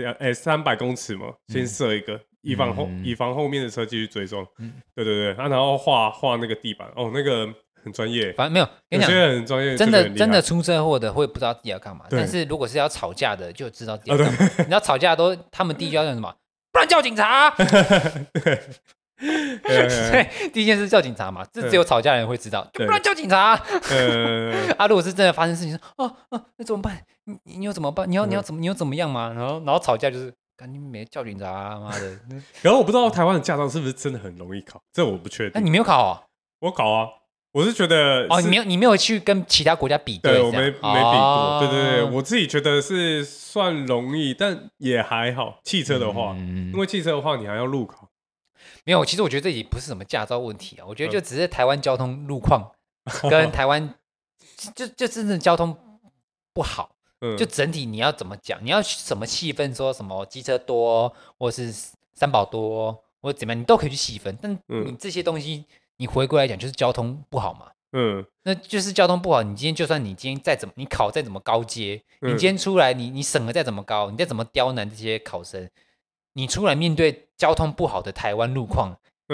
，300公尺嘛，先设一个，以防后面的车继续追撞。对，然后画那个地板，那个很专业。 反正没有，跟你讲， 有些人很专业， 真的出车祸的会不知道自己要干嘛，但是如果是要吵架的，就知道自己要干嘛。你知道吵架他们第一句要干什么？不然叫警察。对，第一件事叫警察嘛，这只有吵架的人会知道，就不然叫警察。如果是真的发生事情，那怎么办？你有怎么办？你有怎么样吗？然后吵架就是赶紧没叫警察，妈的！ 然后我不知道台湾的驾照是不是真的很容易考，这我不确定。 你没有考啊？ 我考啊，我是觉得你没有去跟其他国家比对， 对我没比过。对，我自己觉得是算容易，但也还好。汽车的话，因为汽车的话你还要路考。 没有，其实我觉得这也不是什么驾照问题啊，我觉得就只是台湾交通路况跟台湾就真的交通不好，就整体你要怎么讲，你要什么细分，说什么机车多或是三宝多或者怎么样，你都可以去细分，但你这些东西你回归来讲就是交通不好嘛，那就是交通不好，你今天再怎么你考再怎么高阶，你今天出来你审核再怎么高，你再怎么刁难这些考生。你出来面对交通不好的台湾路况，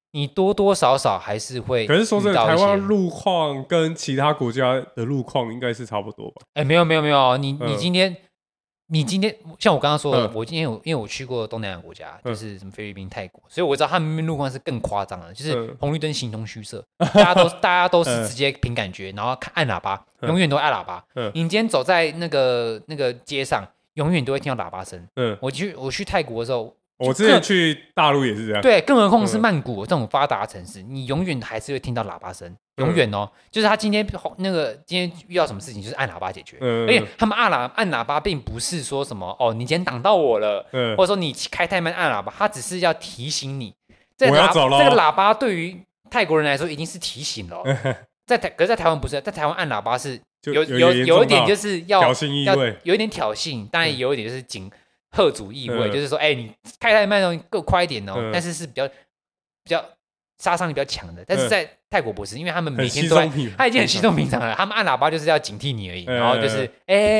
你多多少少还是会。 可是说真的，台湾路况跟其他国家的路况应该是差不多吧？ 没有，你今天像我刚刚说的，我今天因为我去过东南亚国家，就是什么菲律宾、泰国，所以我知道他们路况是更夸张的，就是红绿灯形同虚设，大家都是直接凭感觉，然后按喇叭，永远都按喇叭。你今天走在那个街上，永远都会听到喇叭声。我去泰国的时候。 我之前去大陆也是这样， 对，更何况是曼谷这种发达城市，你永远还是会听到喇叭声，永远哦。就是他今天遇到什么事情，就是按喇叭解决。而且他们按喇叭，并不是说什么你今天挡到我了，或者说你开太慢按喇叭，他只是要提醒你。 我要走了。 这个喇叭对于泰国人来说，已经是提醒了。可是在台湾不是，在台湾按喇叭是有一点就是要挑衅意味， 有一点挑衅，当然有一点就是吓阻意味，就是说，你开太慢哦，够快一点哦。但是比较杀伤力比较强的。但是在泰国不是，因为他们每天都他已经很稀松平常了。他们按喇叭就是要警惕你而已，然后就是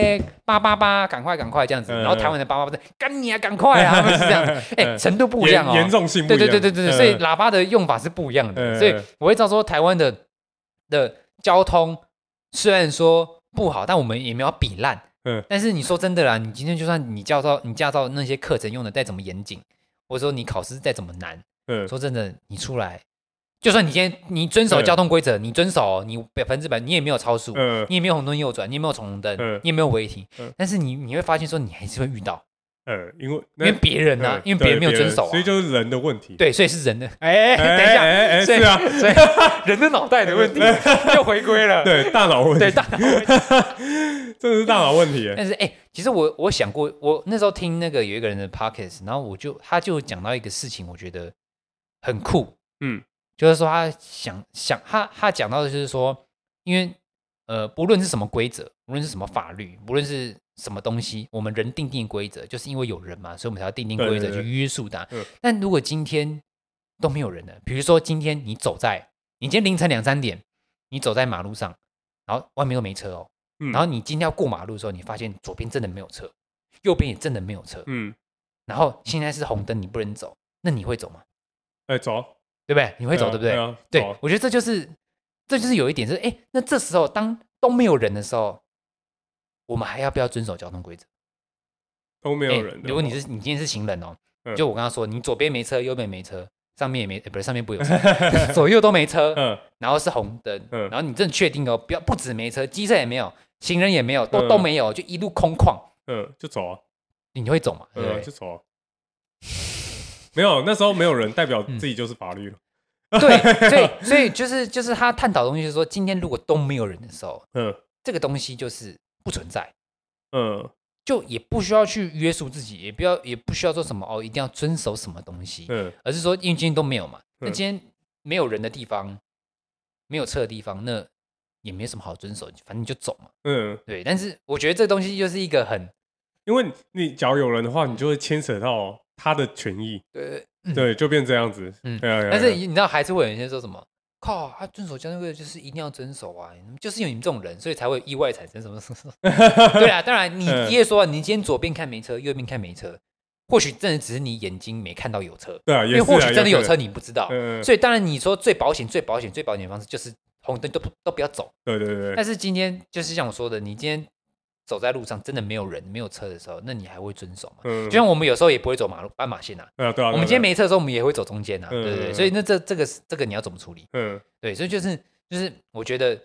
888，赶快这样子。然后台湾的888是干你啊，赶快啊，他们是这样子。程度不一样哦， 严重性不一样。 对，所以喇叭的用法是不一样的。所以我会知道说，台湾的交通虽然说不好，但我们也没有比烂。但是你说真的啦，你今天就算你驾照那些课程用的再怎么严谨，或者说你考试再怎么难，说真的，你出来，就算你今天你遵守交通规则，你遵守，你100%你也没有超速，你也没有红灯右转，你也没有闯红灯，你也没有违停，但是你会发现说你还是会遇到。因为别人啊，因为别人没有遵守， 所以就是人的问题。 对，所以是人的。等一下， 是啊， 所以人的脑袋的问题又回归了。 对，大脑问题。 对，大脑问题， 真的是大脑问题。 但是其实我想过，我那时候听那个有一个人的 podcast， 然后他就讲到一个事情，我觉得很酷。就是说他讲到的就是说，因为不论是什么规则，不论是什么法律，不论是什么东西，我们人定规则，就是因为有人嘛，所以我们才要定规则去约束它。但如果今天都没有人了，比如说今天你今天凌晨2、3点，你走在马路上，然后外面都没车哦，然后你今天要过马路的时候，你发现左边真的没有车，右边也真的没有车，然后现在是红灯，你不能走，那你会走吗？ 走， 对不对？你会走，对不对？对，我觉得这就是有一点是，那这时候当都没有人的时候，我们还要不要遵守交通规则？ 都没有人。 如果你今天是行人哦，就我刚刚说，你左边没车，右边没车，上面也没，不是上面不有车，左右都没车，然后是红灯，然后你真的确定哦，不止没车，机车也没有，行人也没有，都没有，就一路空旷， 就走啊， 你会走吗？ 就走啊。没有，那时候没有人，代表自己就是法律了。 对，所以就是他探讨的东西，就是说，今天如果都没有人的时候，这个东西就是不存在，就也不需要去约束自己，也不需要说什么一定要遵守什么东西，而是说，因为今天都没有嘛，那今天没有人的地方，没有车的地方，那也没什么好遵守，反正你就走嘛，对。但是我觉得这东西就是一个因为你假如有人的话，你就会牵扯到他的权益，对，就变这样子， 但是你知道还是会有人先说什么？靠，他遵守交通规则就是一定要遵守啊，就是有你们这种人，所以才会意外产生什么。对啊，当然你也说，你今天左边看没车，右边看没车，或许真的只是你眼睛没看到有车， 对啊， 因为或许真的有车你不知道，所以当然你说最保险的方式就是红灯都不要走， 对。 但是今天就是像我说的，你今天走在路上真的没有人没有车的时候，那你还会遵守吗？就像我们有时候也不会走斑马线啊，对啊，我们今天没车的时候，我们也会走中间啊，对，所以那这个你要怎么处理？对，所以就是我觉得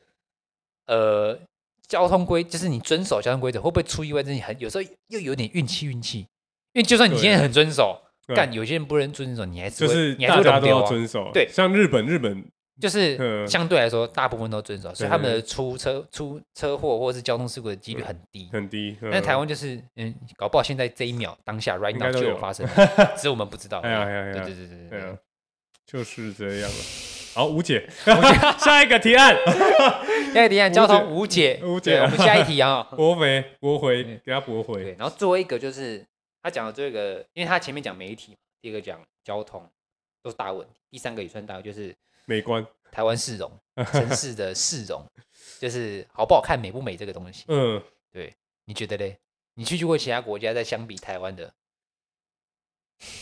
交通规就是你遵守交通规则会不会出意外？真的有时候又有点运气，因为就算你今天很遵守，有些人不能遵守，你还是就是大家都要遵守， 对， 像日本。 就是相对来说，大部分都遵守，所以他们的出车祸或者是交通事故的几率很低。但台湾就是搞不好现在这一秒当下 right now 就有发生，只是我们不知道。对， 就是这样了。好，无解。下一个提案， 交通无解。我们下一题啊， 驳回，给他驳回。 对，然后最后一个就是他讲的这个，因为他前面讲媒体，第二个讲交通都是大问题，第三个也算大，就是美观， 台湾市容，城市的市容，就是好不好看、美不美这个东西。对，你觉得嘞？你去过其他国家，再相比台湾的，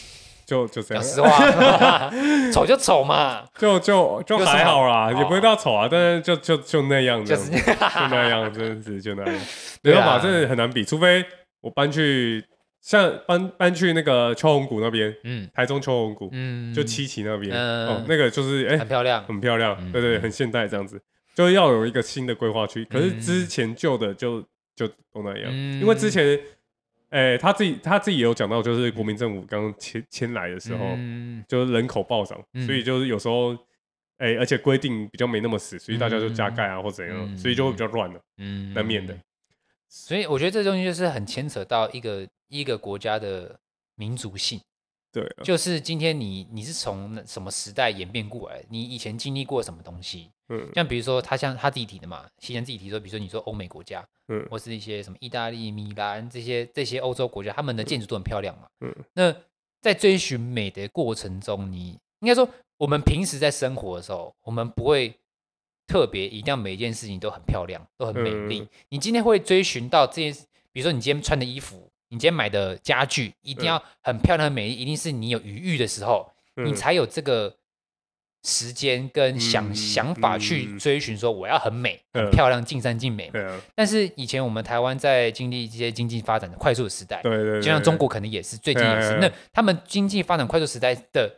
就这样。 实话，丑就丑嘛， 就还好啦，也不会到丑啊，但是就那样，就那样，真的是就那样，没办法，真的很难比，除非我搬去。像搬去那个秋红谷那边，台中秋红谷，就七期那边，那个就是很漂亮， 很漂亮，对对，很现代这样子，就要有一个新的规划区。可是之前旧的就都那样，因为之前，他自己也有讲到，就是国民政府刚迁来的时候，就是人口暴涨，所以就是有时候，而且规定比较没那么死，所以大家就加盖啊或怎样，所以就会比较乱了，难免的。 所以我觉得这东西就是很牵扯到一个国家的民族性， 对， 就是今天你是从什么时代演变过来，你以前经历过什么东西，像比如说像他自己提的嘛，西人自己提说，比如说你说欧美国家，或是一些什么意大利、米兰这些欧洲国家，他们的建筑都很漂亮嘛，那在追寻美的过程中，你应该说我们平时在生活的时候，我们不会特别一定要每一件事情都很漂亮，都很美丽。你今天会追寻到这件，比如说你今天穿的衣服，你今天买的家具，一定要很漂亮、很美丽，一定是你有余裕的时候，你才有这个时间跟想法去追寻，说我要很美、很漂亮、尽善尽美嘛。但是以前我们台湾在经历这些经济发展的快速的时代，对，就像中国可能也是，最近也是，那他们经济发展快速时代的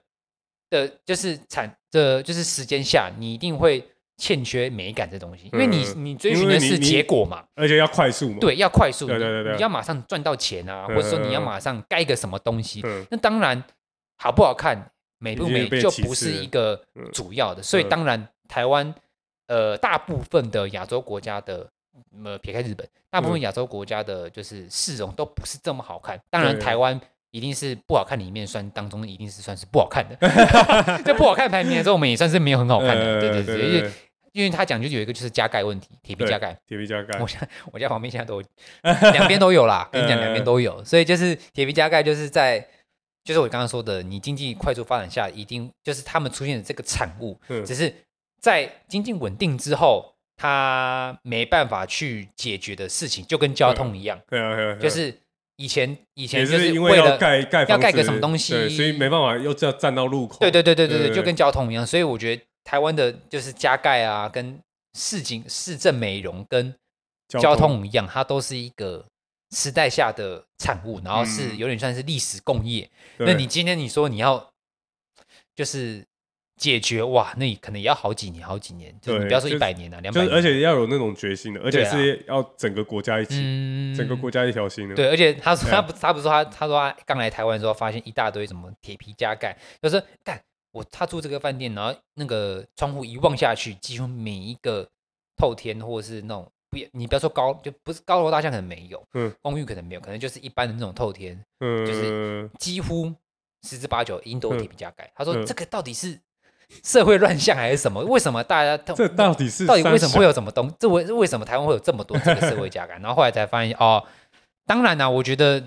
就是时间下，你一定会欠缺美感这东西，因为你追寻的是结果嘛， 而且要快速嘛， 对，要快速， 对， 你要马上赚到钱啊，或者说你要马上盖一个什么东西，那当然好不好看、美不美就不是一个主要的，所以当然台湾大部分的亚洲国家的撇开日本，大部分亚洲国家的就是市容都不是这么好看，当然台湾一定是不好看里面当中一定是算是不好看的，这不好看排名的时候，我们也算是没有很好看的，对，因为他讲就有一个就是加盖问题，铁皮加盖，我家旁边现在都两边都有啦，跟你讲两边都有，所以就是铁皮加盖就是就是我刚刚说的，你经济快速发展下，一定就是他们出现的这个产物，只是在经济稳定之后，他没办法去解决的事情，就跟交通一样，就是以前就是为了要盖个什么东西， 所以没办法又要站到路口， 对，就跟交通一样，所以我觉得台湾的就是加盖啊，跟市政美容跟交通一样，它都是一个时代下的产物，然后是有点算是历史工业。那你今天你说你要就是解决，哇，那你可能也要好几年，就你不要说100年啊，200年， 而且要有那种决心的，而且是要整个国家一起，整个国家一条心的。 对，而且他不是说他刚来台湾的时候发现一大堆什么铁皮加盖，就是他住这个饭店，然后那个窗户一望下去，几乎每一个透天或者是那种你不要说就不是高楼大厦可能没有，公寓可能没有，可能就是一般的那种透天，就是几乎10之8九一定都有铁皮加盖。他说这个到底是社会乱象还是什么？为什么大家这到底为什么会有什么为什么台湾会有这么多这个社会加盖？然后后来才发现当然啦，我觉得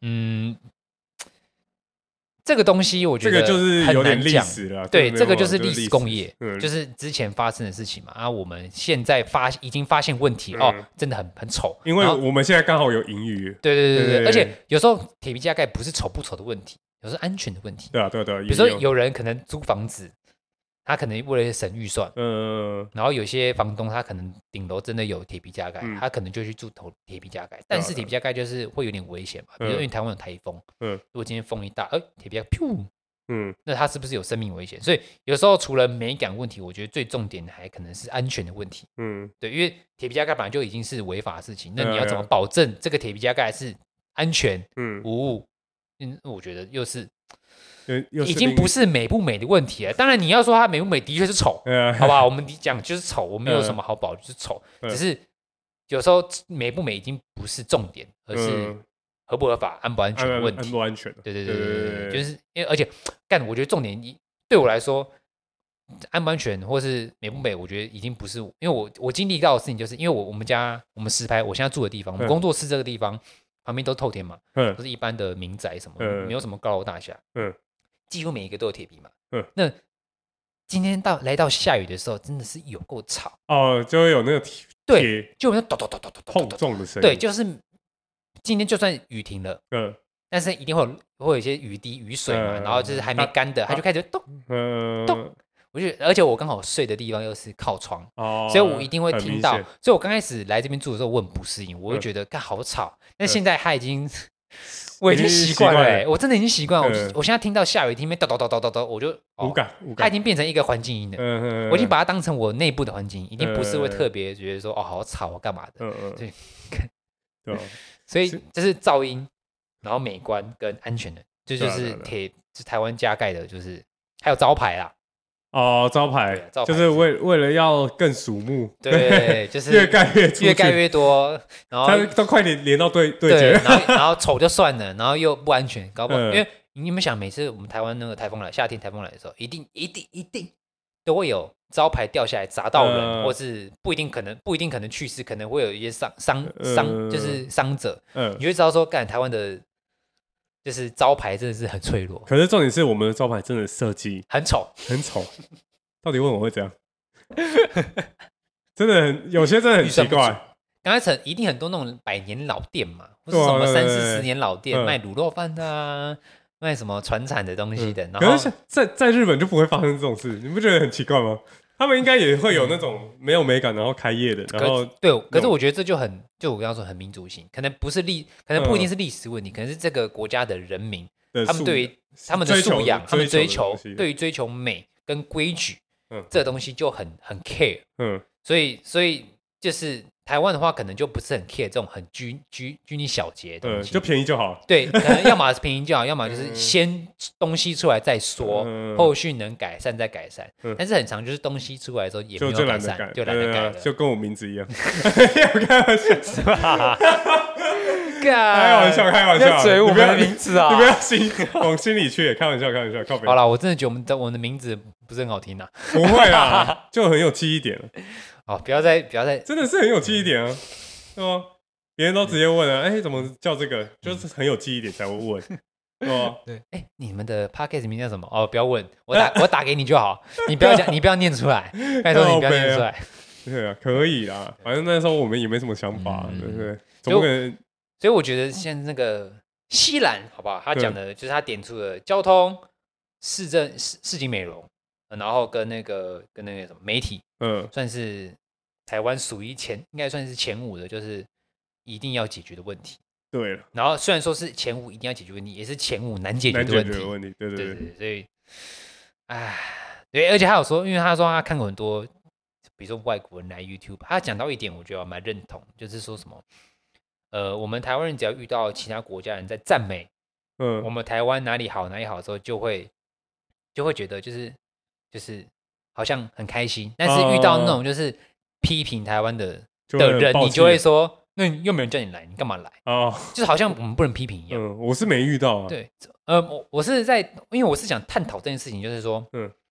这个东西我觉得这个就是有点历史了， 对，这个就是历史工业，就是之前发生的事情嘛。我们现在已经发现问题真的很丑， 因为我们现在刚好有盈余。 对，而且有时候铁皮加盖不是丑不丑的问题，有时候安全的问题。 对， 比如说有人可能租房子，他可能为了省预算，然后有些房东他可能顶楼真的有铁皮加盖，他可能就去住铁皮加盖，但是铁皮加盖就是会有点危险嘛，比如因为台湾有台风，如果今天风一大，铁皮加盖噗，那他是不是有生命危险？所以有时候除了美感问题，我觉得最重点的还可能是安全的问题，对，因为铁皮加盖本来就已经是违法的事情，那你要怎么保证这个铁皮加盖是安全无误？我觉得又是。已经不是美不美的问题了。当然，你要说它美不美，的确是丑，好吧？我们讲就是丑，我没有什么好保，就是丑。只是有时候美不美已经不是重点，而是合不合法、安不安全的问题。 安不安全？ 对，就是因为而且我觉得重点对我来说，安不安全或是美不美，我觉得已经不是，因为我经历到的事情，就是因为我们实拍，我现在住的地方，我们工作室这个地方旁边都透天嘛，都是一般的民宅什么，没有什么高楼大厦，几乎每一个都有铁皮嘛。那今天来到下雨的时候，真的是有够吵就会有那个对，就有那咚咚咚咚碰撞的声音。 对，就是今天就算雨停了， 但是一定会有一些雨滴、雨水嘛，然后就是还没干的，它就开始咚咚。我觉得，而且我刚好睡的地方又是靠窗，所以我一定会听到。所以我刚开始来这边住的时候，我很不适应，我会觉得干好吵。但现在我已经习惯了，我真的已经习惯。我现在听到下雨，听到叨叨叨叨叨，我就无感， 它已经变成一个环境音了。我已经把它当成我内部的环境音，已经不是会特别觉得说好吵干嘛的。所以这是噪音，然后美观跟安全的，就是台湾加盖的，就是还有招牌啦。 招牌就是为了要更瞩目， 对，就是越盖越多，然后都快点连到对决， 然后丑就算了，然后又不安全，搞不好。因为你们想，每次我们台湾那个夏天台风来的时候，一定都会有招牌掉下来砸到人，或是不一定可能去世，可能会有一些伤就是伤者，你就知道说，干台湾的。就是招牌真的是很脆弱， 可是重点是我们的招牌真的设计很丑， 到底为什么会这样？真的有些真的很奇怪。 刚开始一定很多那种100年老店嘛，或是什么30-40年老店，卖卤肉饭的啊，卖什么传产的东西的。 可是在日本就不会发生这种事，你不觉得很奇怪吗？他们应该也会有那种没有美感然后开业的，然后对，可是我觉得这就我刚刚说很民族性，可能不一定是历史问题，可能是这个国家的人民，他们对于他们的素养，他们对于追求美跟规矩，这个东西就很 care，所以就是台湾的话，可能就不是很 care 这种很拘泥小节的东西， 就便宜就好。 对，可能要么是便宜就好，要么就是先东西出来再说，后续能改善再改善。但是很常就是东西出来的时候也没有改善，就懒得改了， 就跟我名字一样。开玩笑是吧？开玩笑， 嘴我们的名字啊！ 你不要往心里去，开玩笑。 好啦，我真的觉得我们的名字不是很好听啊。 不会啦，就很有记忆点了。 不要再，真的是很有记忆点啊，对吗？别人都直接问了，怎么叫这个？就是很有记忆点才会问，对吧？ 对，你们的 podcast 名叫什么？不要问，我打给你就好，你不要讲，你不要念出来，拜托你不要念出来。 对啊，可以啦，反正那时候我们也没什么想法，对不对？怎么可能？ 所以我觉得现在那个西兰，好不好？他讲的就是他点出了交通、市井美容，然后跟那个什么媒体，算是台湾属于应该算是前5的，就是一定要解决的问题。 对了， 然后虽然说是前5一定要解决问题，也是前5难解决的问题。对，所以，对，而且他有说，因为他说他看过很多，比如说外国人来 YouTube， 他讲到一点，我觉得我蛮认同，就是说什么，我们台湾人只要遇到其他国家人在赞美，我们台湾哪里好的时候，就会觉得就是好像很开心，但是遇到那种就是批评台湾的人，你就会说，那又没人叫你来，你干嘛来？就是好像我们不能批评一样。 我是没遇到啊。 对，我是因为我是想探讨这件事情，就是说，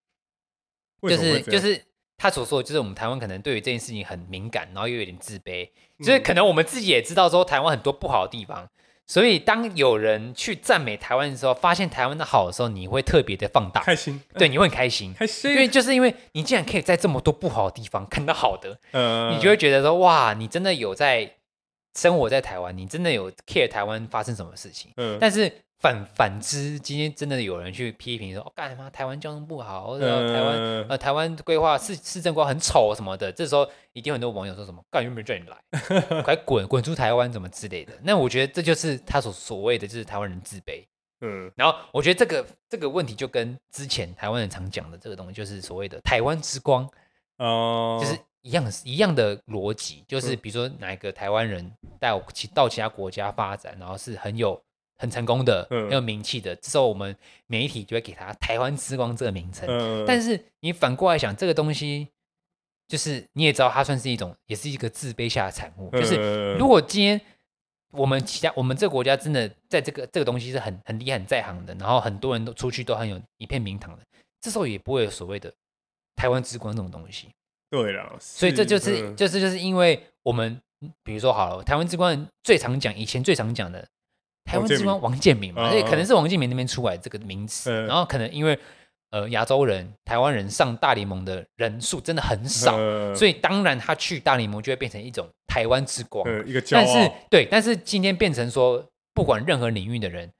就是他所说的，就是我们台湾可能对于这件事情很敏感，然后又有点自卑，就是可能我们自己也知道说台湾很多不好的地方。所以，当有人去赞美台湾的时候，发现台湾的好的时候，你会特别的放大， 开心。 对，你会很开心，因为你竟然可以在这么多不好的地方看到好的，你就会觉得说，哇，你真的有在生活在台湾，你真的有 care 台湾发生什么事情。但是反之，今天真的有人去批评说，干嘛台湾交通不好，或者台湾规划市政规划很丑什么的，这时候一定很多网友说什么，干又没人叫你来，快滚出台湾怎么之类的。那我觉得这就是他所谓的，就是台湾人自卑。然后我觉得这个问题就跟之前台湾人常讲的这个东西，就是所谓的台湾之光，就是一样的逻辑，就是比如说哪一个台湾人到其他国家发展，然后是很成功的，很有名气的，这时候我们媒体就会给他台湾之光这个名称。但是你反过来想，这个东西就是你也知道，它算是也是一个自卑下的产物。就是如果今天我们这个国家真的在这个东西是很厉害、很在行的，然后很多人都出去都很有一片名堂的，这时候也不会有所谓的台湾之光这种东西。 对啦， 所以这就是因为我们比如说好了，台湾之光以前最常讲的。台湾之光王建民嘛，所以可能是王建民那边出来这个名词，然后可能因为亚洲人、台湾人上大联盟的人数真的很少，所以当然他去大联盟就会变成一种台湾之光， 一个骄傲。 但是今天变成说，不管任何领域的人，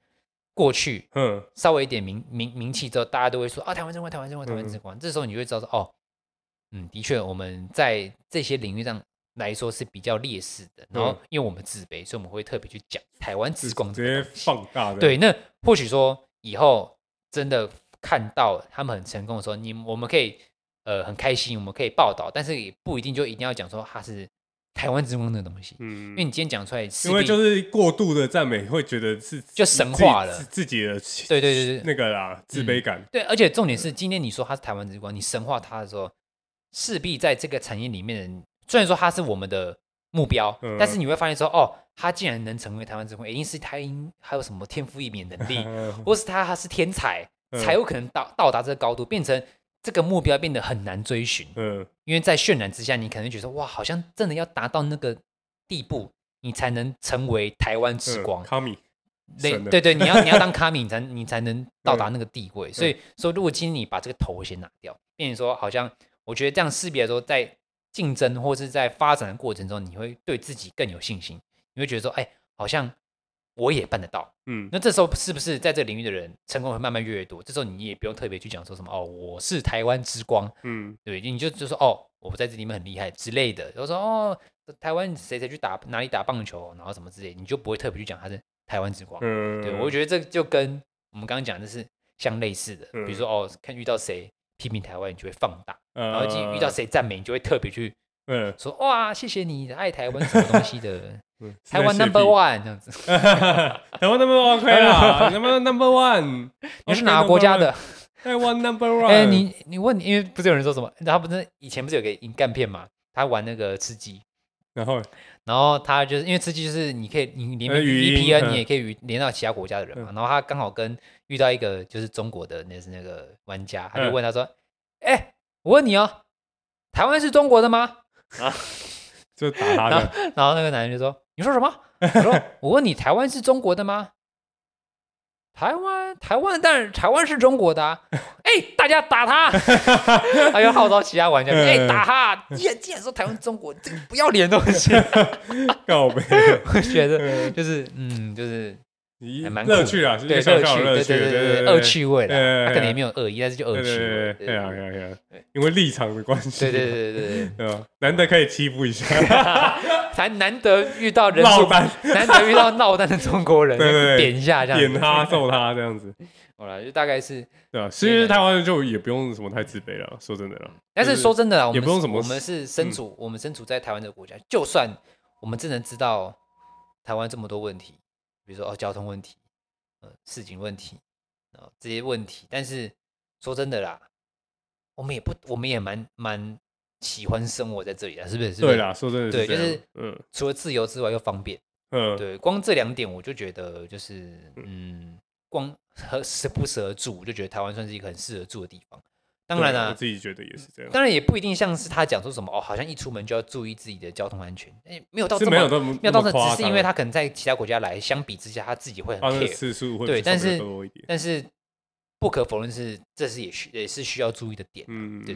过去，稍微一点名气之后，大家都会说啊，台湾之光，台湾之光，台湾之光。这时候你就会知道说，哦，的确我们在这些领域上来说是比较劣势的。然后因为我们自卑，所以我们会特别去讲台湾之光， 直接放大的。 对，那或许说以后真的看到他们很成功的时候，我们可以很开心，我们可以报道，但是也不一定就一定要讲说他是台湾之光的东西，因为你今天讲出来， 因为就是过度的赞美，会觉得是就神化了自己的对那个啦自卑感。 对，而且重点是今天你说他是台湾之光，你神化他的时候，势必在这个产业里面的人，虽然说他是我们的目标，但是你会发现说，哦，他竟然能成为台湾之光，一定是他还有什么天赋异禀能力，或是他是天才，才有可能到达这个高度，变成这个目标变得很难追寻。因为在渲染之下，你可能觉得哇，好像真的要达到那个地步，你才能成为台湾之光。 卡米， 对，你要当卡米，你才能到达那个地位。所以说，如果今天你把这个头先拿掉，变成说好像，我觉得这样势必来说，在竞争或是在发展的过程中，你会对自己更有信心，你会觉得说，哎，好像我也办得到。那这时候是不是在这个领域的人成功会慢慢越多？这时候你也不用特别去讲说什么哦，我是台湾之光，对，你就说哦，我在这里面很厉害之类的。然后说哦，台湾谁去哪里打棒球，然后什么之类，你就不会特别去讲他是台湾之光。对，我觉得这就跟我们刚刚讲的是相类似的。比如说哦，看遇到谁批评台湾，你就会放大；然后遇到谁赞美，你就会特别去说哇，谢谢你爱台湾什么东西的。台湾 No.1 这样子， 台湾 No.1 可以啦，台湾 No.1， 你是哪个国家的？ 台湾 No.1。 哎，你问，因为不是有人说什么？他不是以前不是有个银干片嘛？他玩那个吃鸡，然后他就是因为吃鸡就是你连 VPN， 你也可以连到其他国家的人嘛。然后他刚好遇到一个就是中国的那个玩家，他就问他说：“哎，我问你哦，台湾是中国的吗？” 就打他的， 然后那个男人就说：“你说什么？”我说：“我问你，台湾是中国的吗？”台湾，但是台湾是中国的啊！哎，大家打他！还有号召其他玩家，哎，打他！竟然说台湾中国，这个不要脸的东西， 告白。 我觉得就是还蛮乐趣啊， 对， 小小乐趣， 对，恶趣味啦。他可能也没有恶意，但是就恶趣味。 对啊，因为立场的关系。 对， 难得可以欺负一下， 才难得遇到闹单，难得遇到闹单的中国人，点一下这样， 点他揍他这样子。 好了，就大概是对啊。其实台湾人就也不用什么太自卑了，说真的啦。 但是说真的啦， 也不用什么， 我们是我们身处在台湾这个国家，就算我们真的知道台湾这么多问题。比如说交通问题，市井问题，这些问题，但是说真的啦，我们也蛮喜欢生活在这里的，是不是？ 对啦，说真的对，就是除了自由之外又方便，对，光这2点我就觉得就是光适不适合住，我就觉得台湾算是一个很适合住的地方。当然啦， 我自己觉得也是这样。 当然也不一定像是他讲说什么好像一出门就要注意自己的交通安全，没有到这么没有到只是因为他可能在其他国家来，相比之下他自己会很 care， 次数会对，但是不可否认是这是也是需要注意的点。对，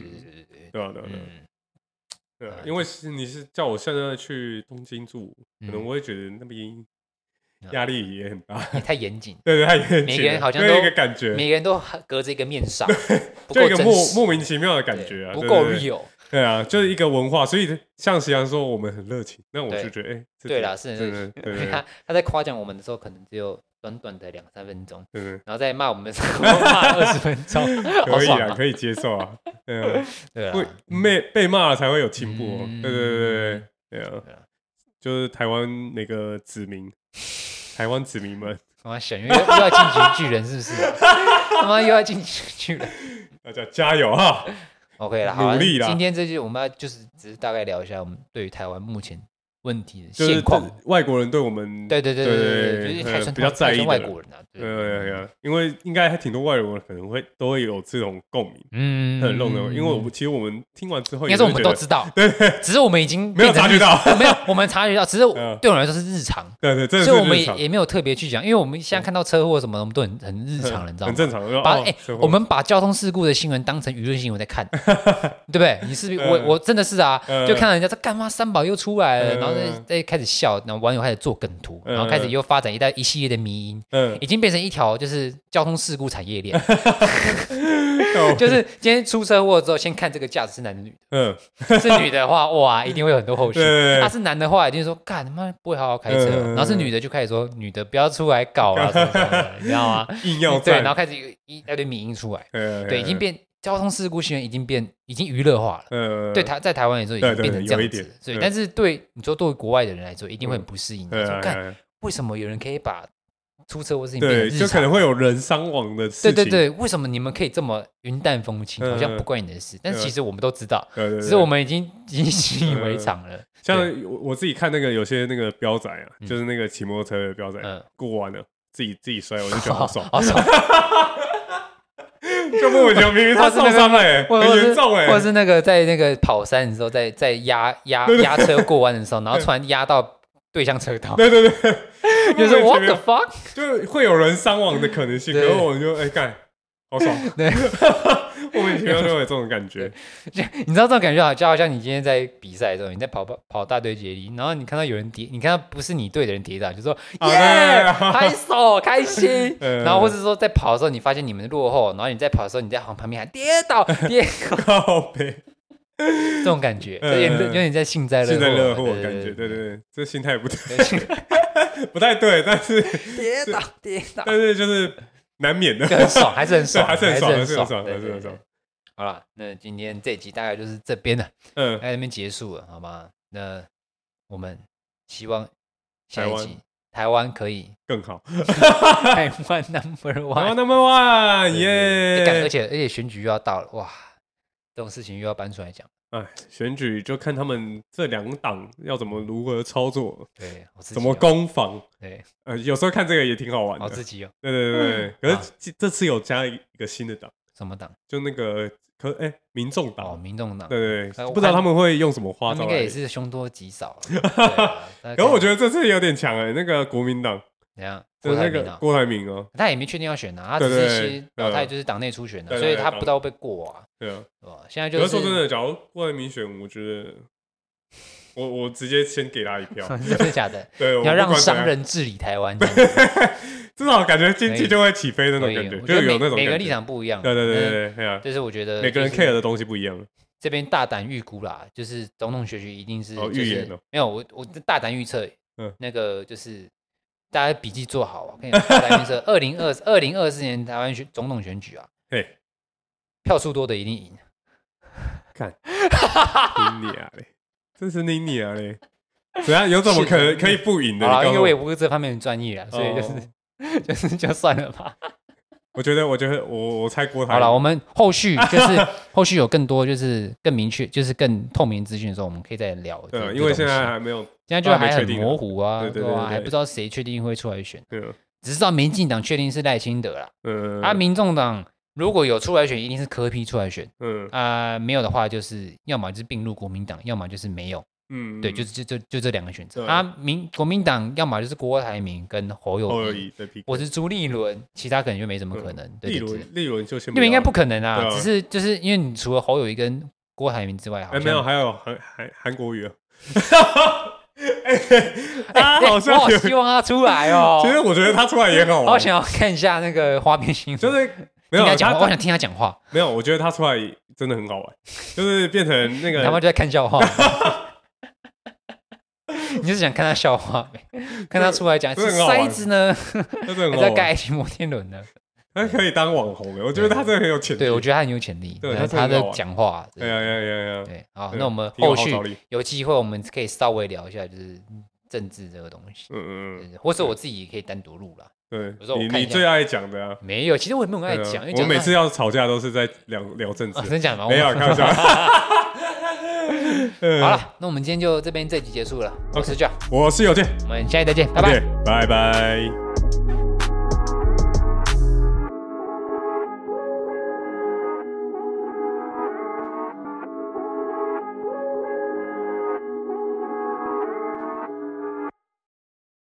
对啊，因为你是叫我现在去东京住，可能我会觉得那边压力也很大， 也太严谨。 对，太严谨。 每个人好像都有一个感觉， 每个人都隔着一个面纱， 就一个莫名其妙的感觉啊， 不够 real。 对啊，就是一个文化，所以像徐阳说我们很热情，那我就觉得对啦，是真的。他在夸奖我们的时候，可能只有短短的2-3分钟，然后在骂我们的时候骂20分钟， 可以啊，可以接受啊。对啊，被骂了才会有进步哦。对啊，就是台湾那个子民。台湾子民们， 我要想又要进击巨人是不是？他妈又要进击巨人， 大家加油哈 ！OK 啦， 努力啦。 今天这集我们要只是大概聊一下我们对于台湾目前问题的现况。 外国人对我们， 对，就是比较在意的外国人啊。 对，因为应该还挺多外国人可能都会有这种共鸣，很弄的。因为其实我们听完之后， 应该是我们都知道，对，只是我们已经没有察觉到， 没有，我们察觉到，只是对我们来说是日常， 对， 所以我们也没有特别去讲，因为我们现在看到车祸什么，我们都很日常了，你知道吗？ 很正常。 我们把交通事故的新闻当成舆论新闻在看，对不对？你是不是我真的是啊，就看到人家在干嘛，三宝又出来了，然后在开始笑，然后网友开始做梗图，然后开始又发展一系列的迷因，已经变成一条就是交通事故产业链。就是今天出车祸之后，先看这个驾驶是男的女的。是女的话，哇，一定会有很多后续。他是男的话，一定说干他妈不会好好开车。然后是女的就开始说女的不要出来搞啊什么的，你知道吗？ 硬要对，然后开始一大堆迷因出来。对，已经变交通事故新闻已经娱乐化了。对，在台湾来说已经变成这样子。所以，但是对你说对国外的人来说，一定会很不适应。说干为什么有人可以把出车祸事情变成日常， 就可能会有人伤亡的事情。 对，为什么你们可以这么云淡风轻，好像不关你的事？但是其实我们都知道，只是我们已经习以为常了。 像我自己看那个有些那个标仔啊，就是那个骑摩托车的标仔，过完了自己摔，我就觉得好爽，好爽。就莫名其妙，明明他受伤了，很严重或者是那个在那个跑山的时候，在压车过弯的时候，然后突然压到对向车道。对，就是 what the fuck， 就会有人伤亡的可能性。可是我就干，好爽。对，莫名其妙就有这种感觉。 你知道这种感觉就好像你今天在比赛的时候，你在跑大队接力，然后你看到有人跌，你看到不是你队的人跌倒，就说耶，拍手开心。然后或者说在跑的时候，你发现你们落后，然后你在跑的时候，你在旁边喊跌倒，靠北。这种感觉，有点在幸灾乐祸的感觉。对，这心态不对，不太对，但是跌倒， 但是就是难免的， 很爽，还是很爽， 还是很爽。 好了，那今天这一集大概就是这边了，在这边结束了，好吗？那我们希望下一集台湾可以更好， 台湾 number one， 耶！而且选举又要到了，哇！这种事情又要搬出来讲， 选举就看他们这两党要如何操作， 对， 怎么攻防， 对， 有时候看这个也挺好玩的， 好刺激哦， 对，可是这次有加一个新的党， 什么党？ 就那个民众党， 民众党， 对，不知道他们会用什么花招， 应该也是凶多吉少可是我觉得这次有点强那个国民党。 怎样？ 那个郭台铭哦， 他也没确定要选啊，他只是先表态就是党内初选的，所以他不知道会被过啊。 对啊， 现在就是。 说真的，假如郭台铭选，我觉得我直接先给他一票。 真的假的？ 对， 你要让商人治理台湾， 至少感觉经济就会起飞那种感觉，就有那种每个立场不一样。 对啊， 就是我觉得每个人 care 的东西不一样。 这边大胆预估啦，就是总统选举一定是预言哦， 没有我大胆预测，那个就是。大家笔记做好，我跟你讲，大胆预测2024年台湾总统选举啊，票数多的一定赢。 看，你啊嘞，真是你啊嘞！怎样？有怎么可以不赢的？ 因为我也不是这方面的专业啊，所以就算了吧。 我觉得我猜郭台。 好了，我们后续有更多就是更明确就是更透明资讯的时候，我们可以再聊。 对，因为现在还没有， 现在就还很模糊啊，对吧？还不知道谁确定会出来选。只知道民进党确定是赖清德啦。民众党如果有出来选，一定是柯 P 出来选。没有的话，就是要么就是并入国民党，要么就是没有。对，就这两个选择国民党要么就是郭台铭跟侯友宜，我是朱立伦，其他可能就没什么可能。 立伦就先， 因为应该不可能啊，只是就是因为你除了侯友宜跟郭台铭之外， 没有，还有韩国瑜。 我好希望他出来哦。 其实我觉得他出来也好玩， 我想要看一下那个花边新闻， 就是没有我想听他讲话。 没有，我觉得他出来真的很好玩，就是变成那个他们就在看笑话。你是想看他笑话没？看他出来讲是筛子呢，还在盖摩天轮呢？ 他可以当网红我觉得他真的很有潜力。 对，我觉得他很有潜力。对，他的讲话，对，好，那我们后续有机会，我们可以稍微聊一下，就是政治这个东西。或者我自己也可以单独录啦。 对，你最爱讲的啊？ 没有，其实我也没有爱讲。 我每次要吵架都是在聊政治。 真讲吗？ 没有，开玩笑。 好了，那我们今天就这集结束了。我是 John， 我是有健， 我们下期再见，拜拜， 拜拜。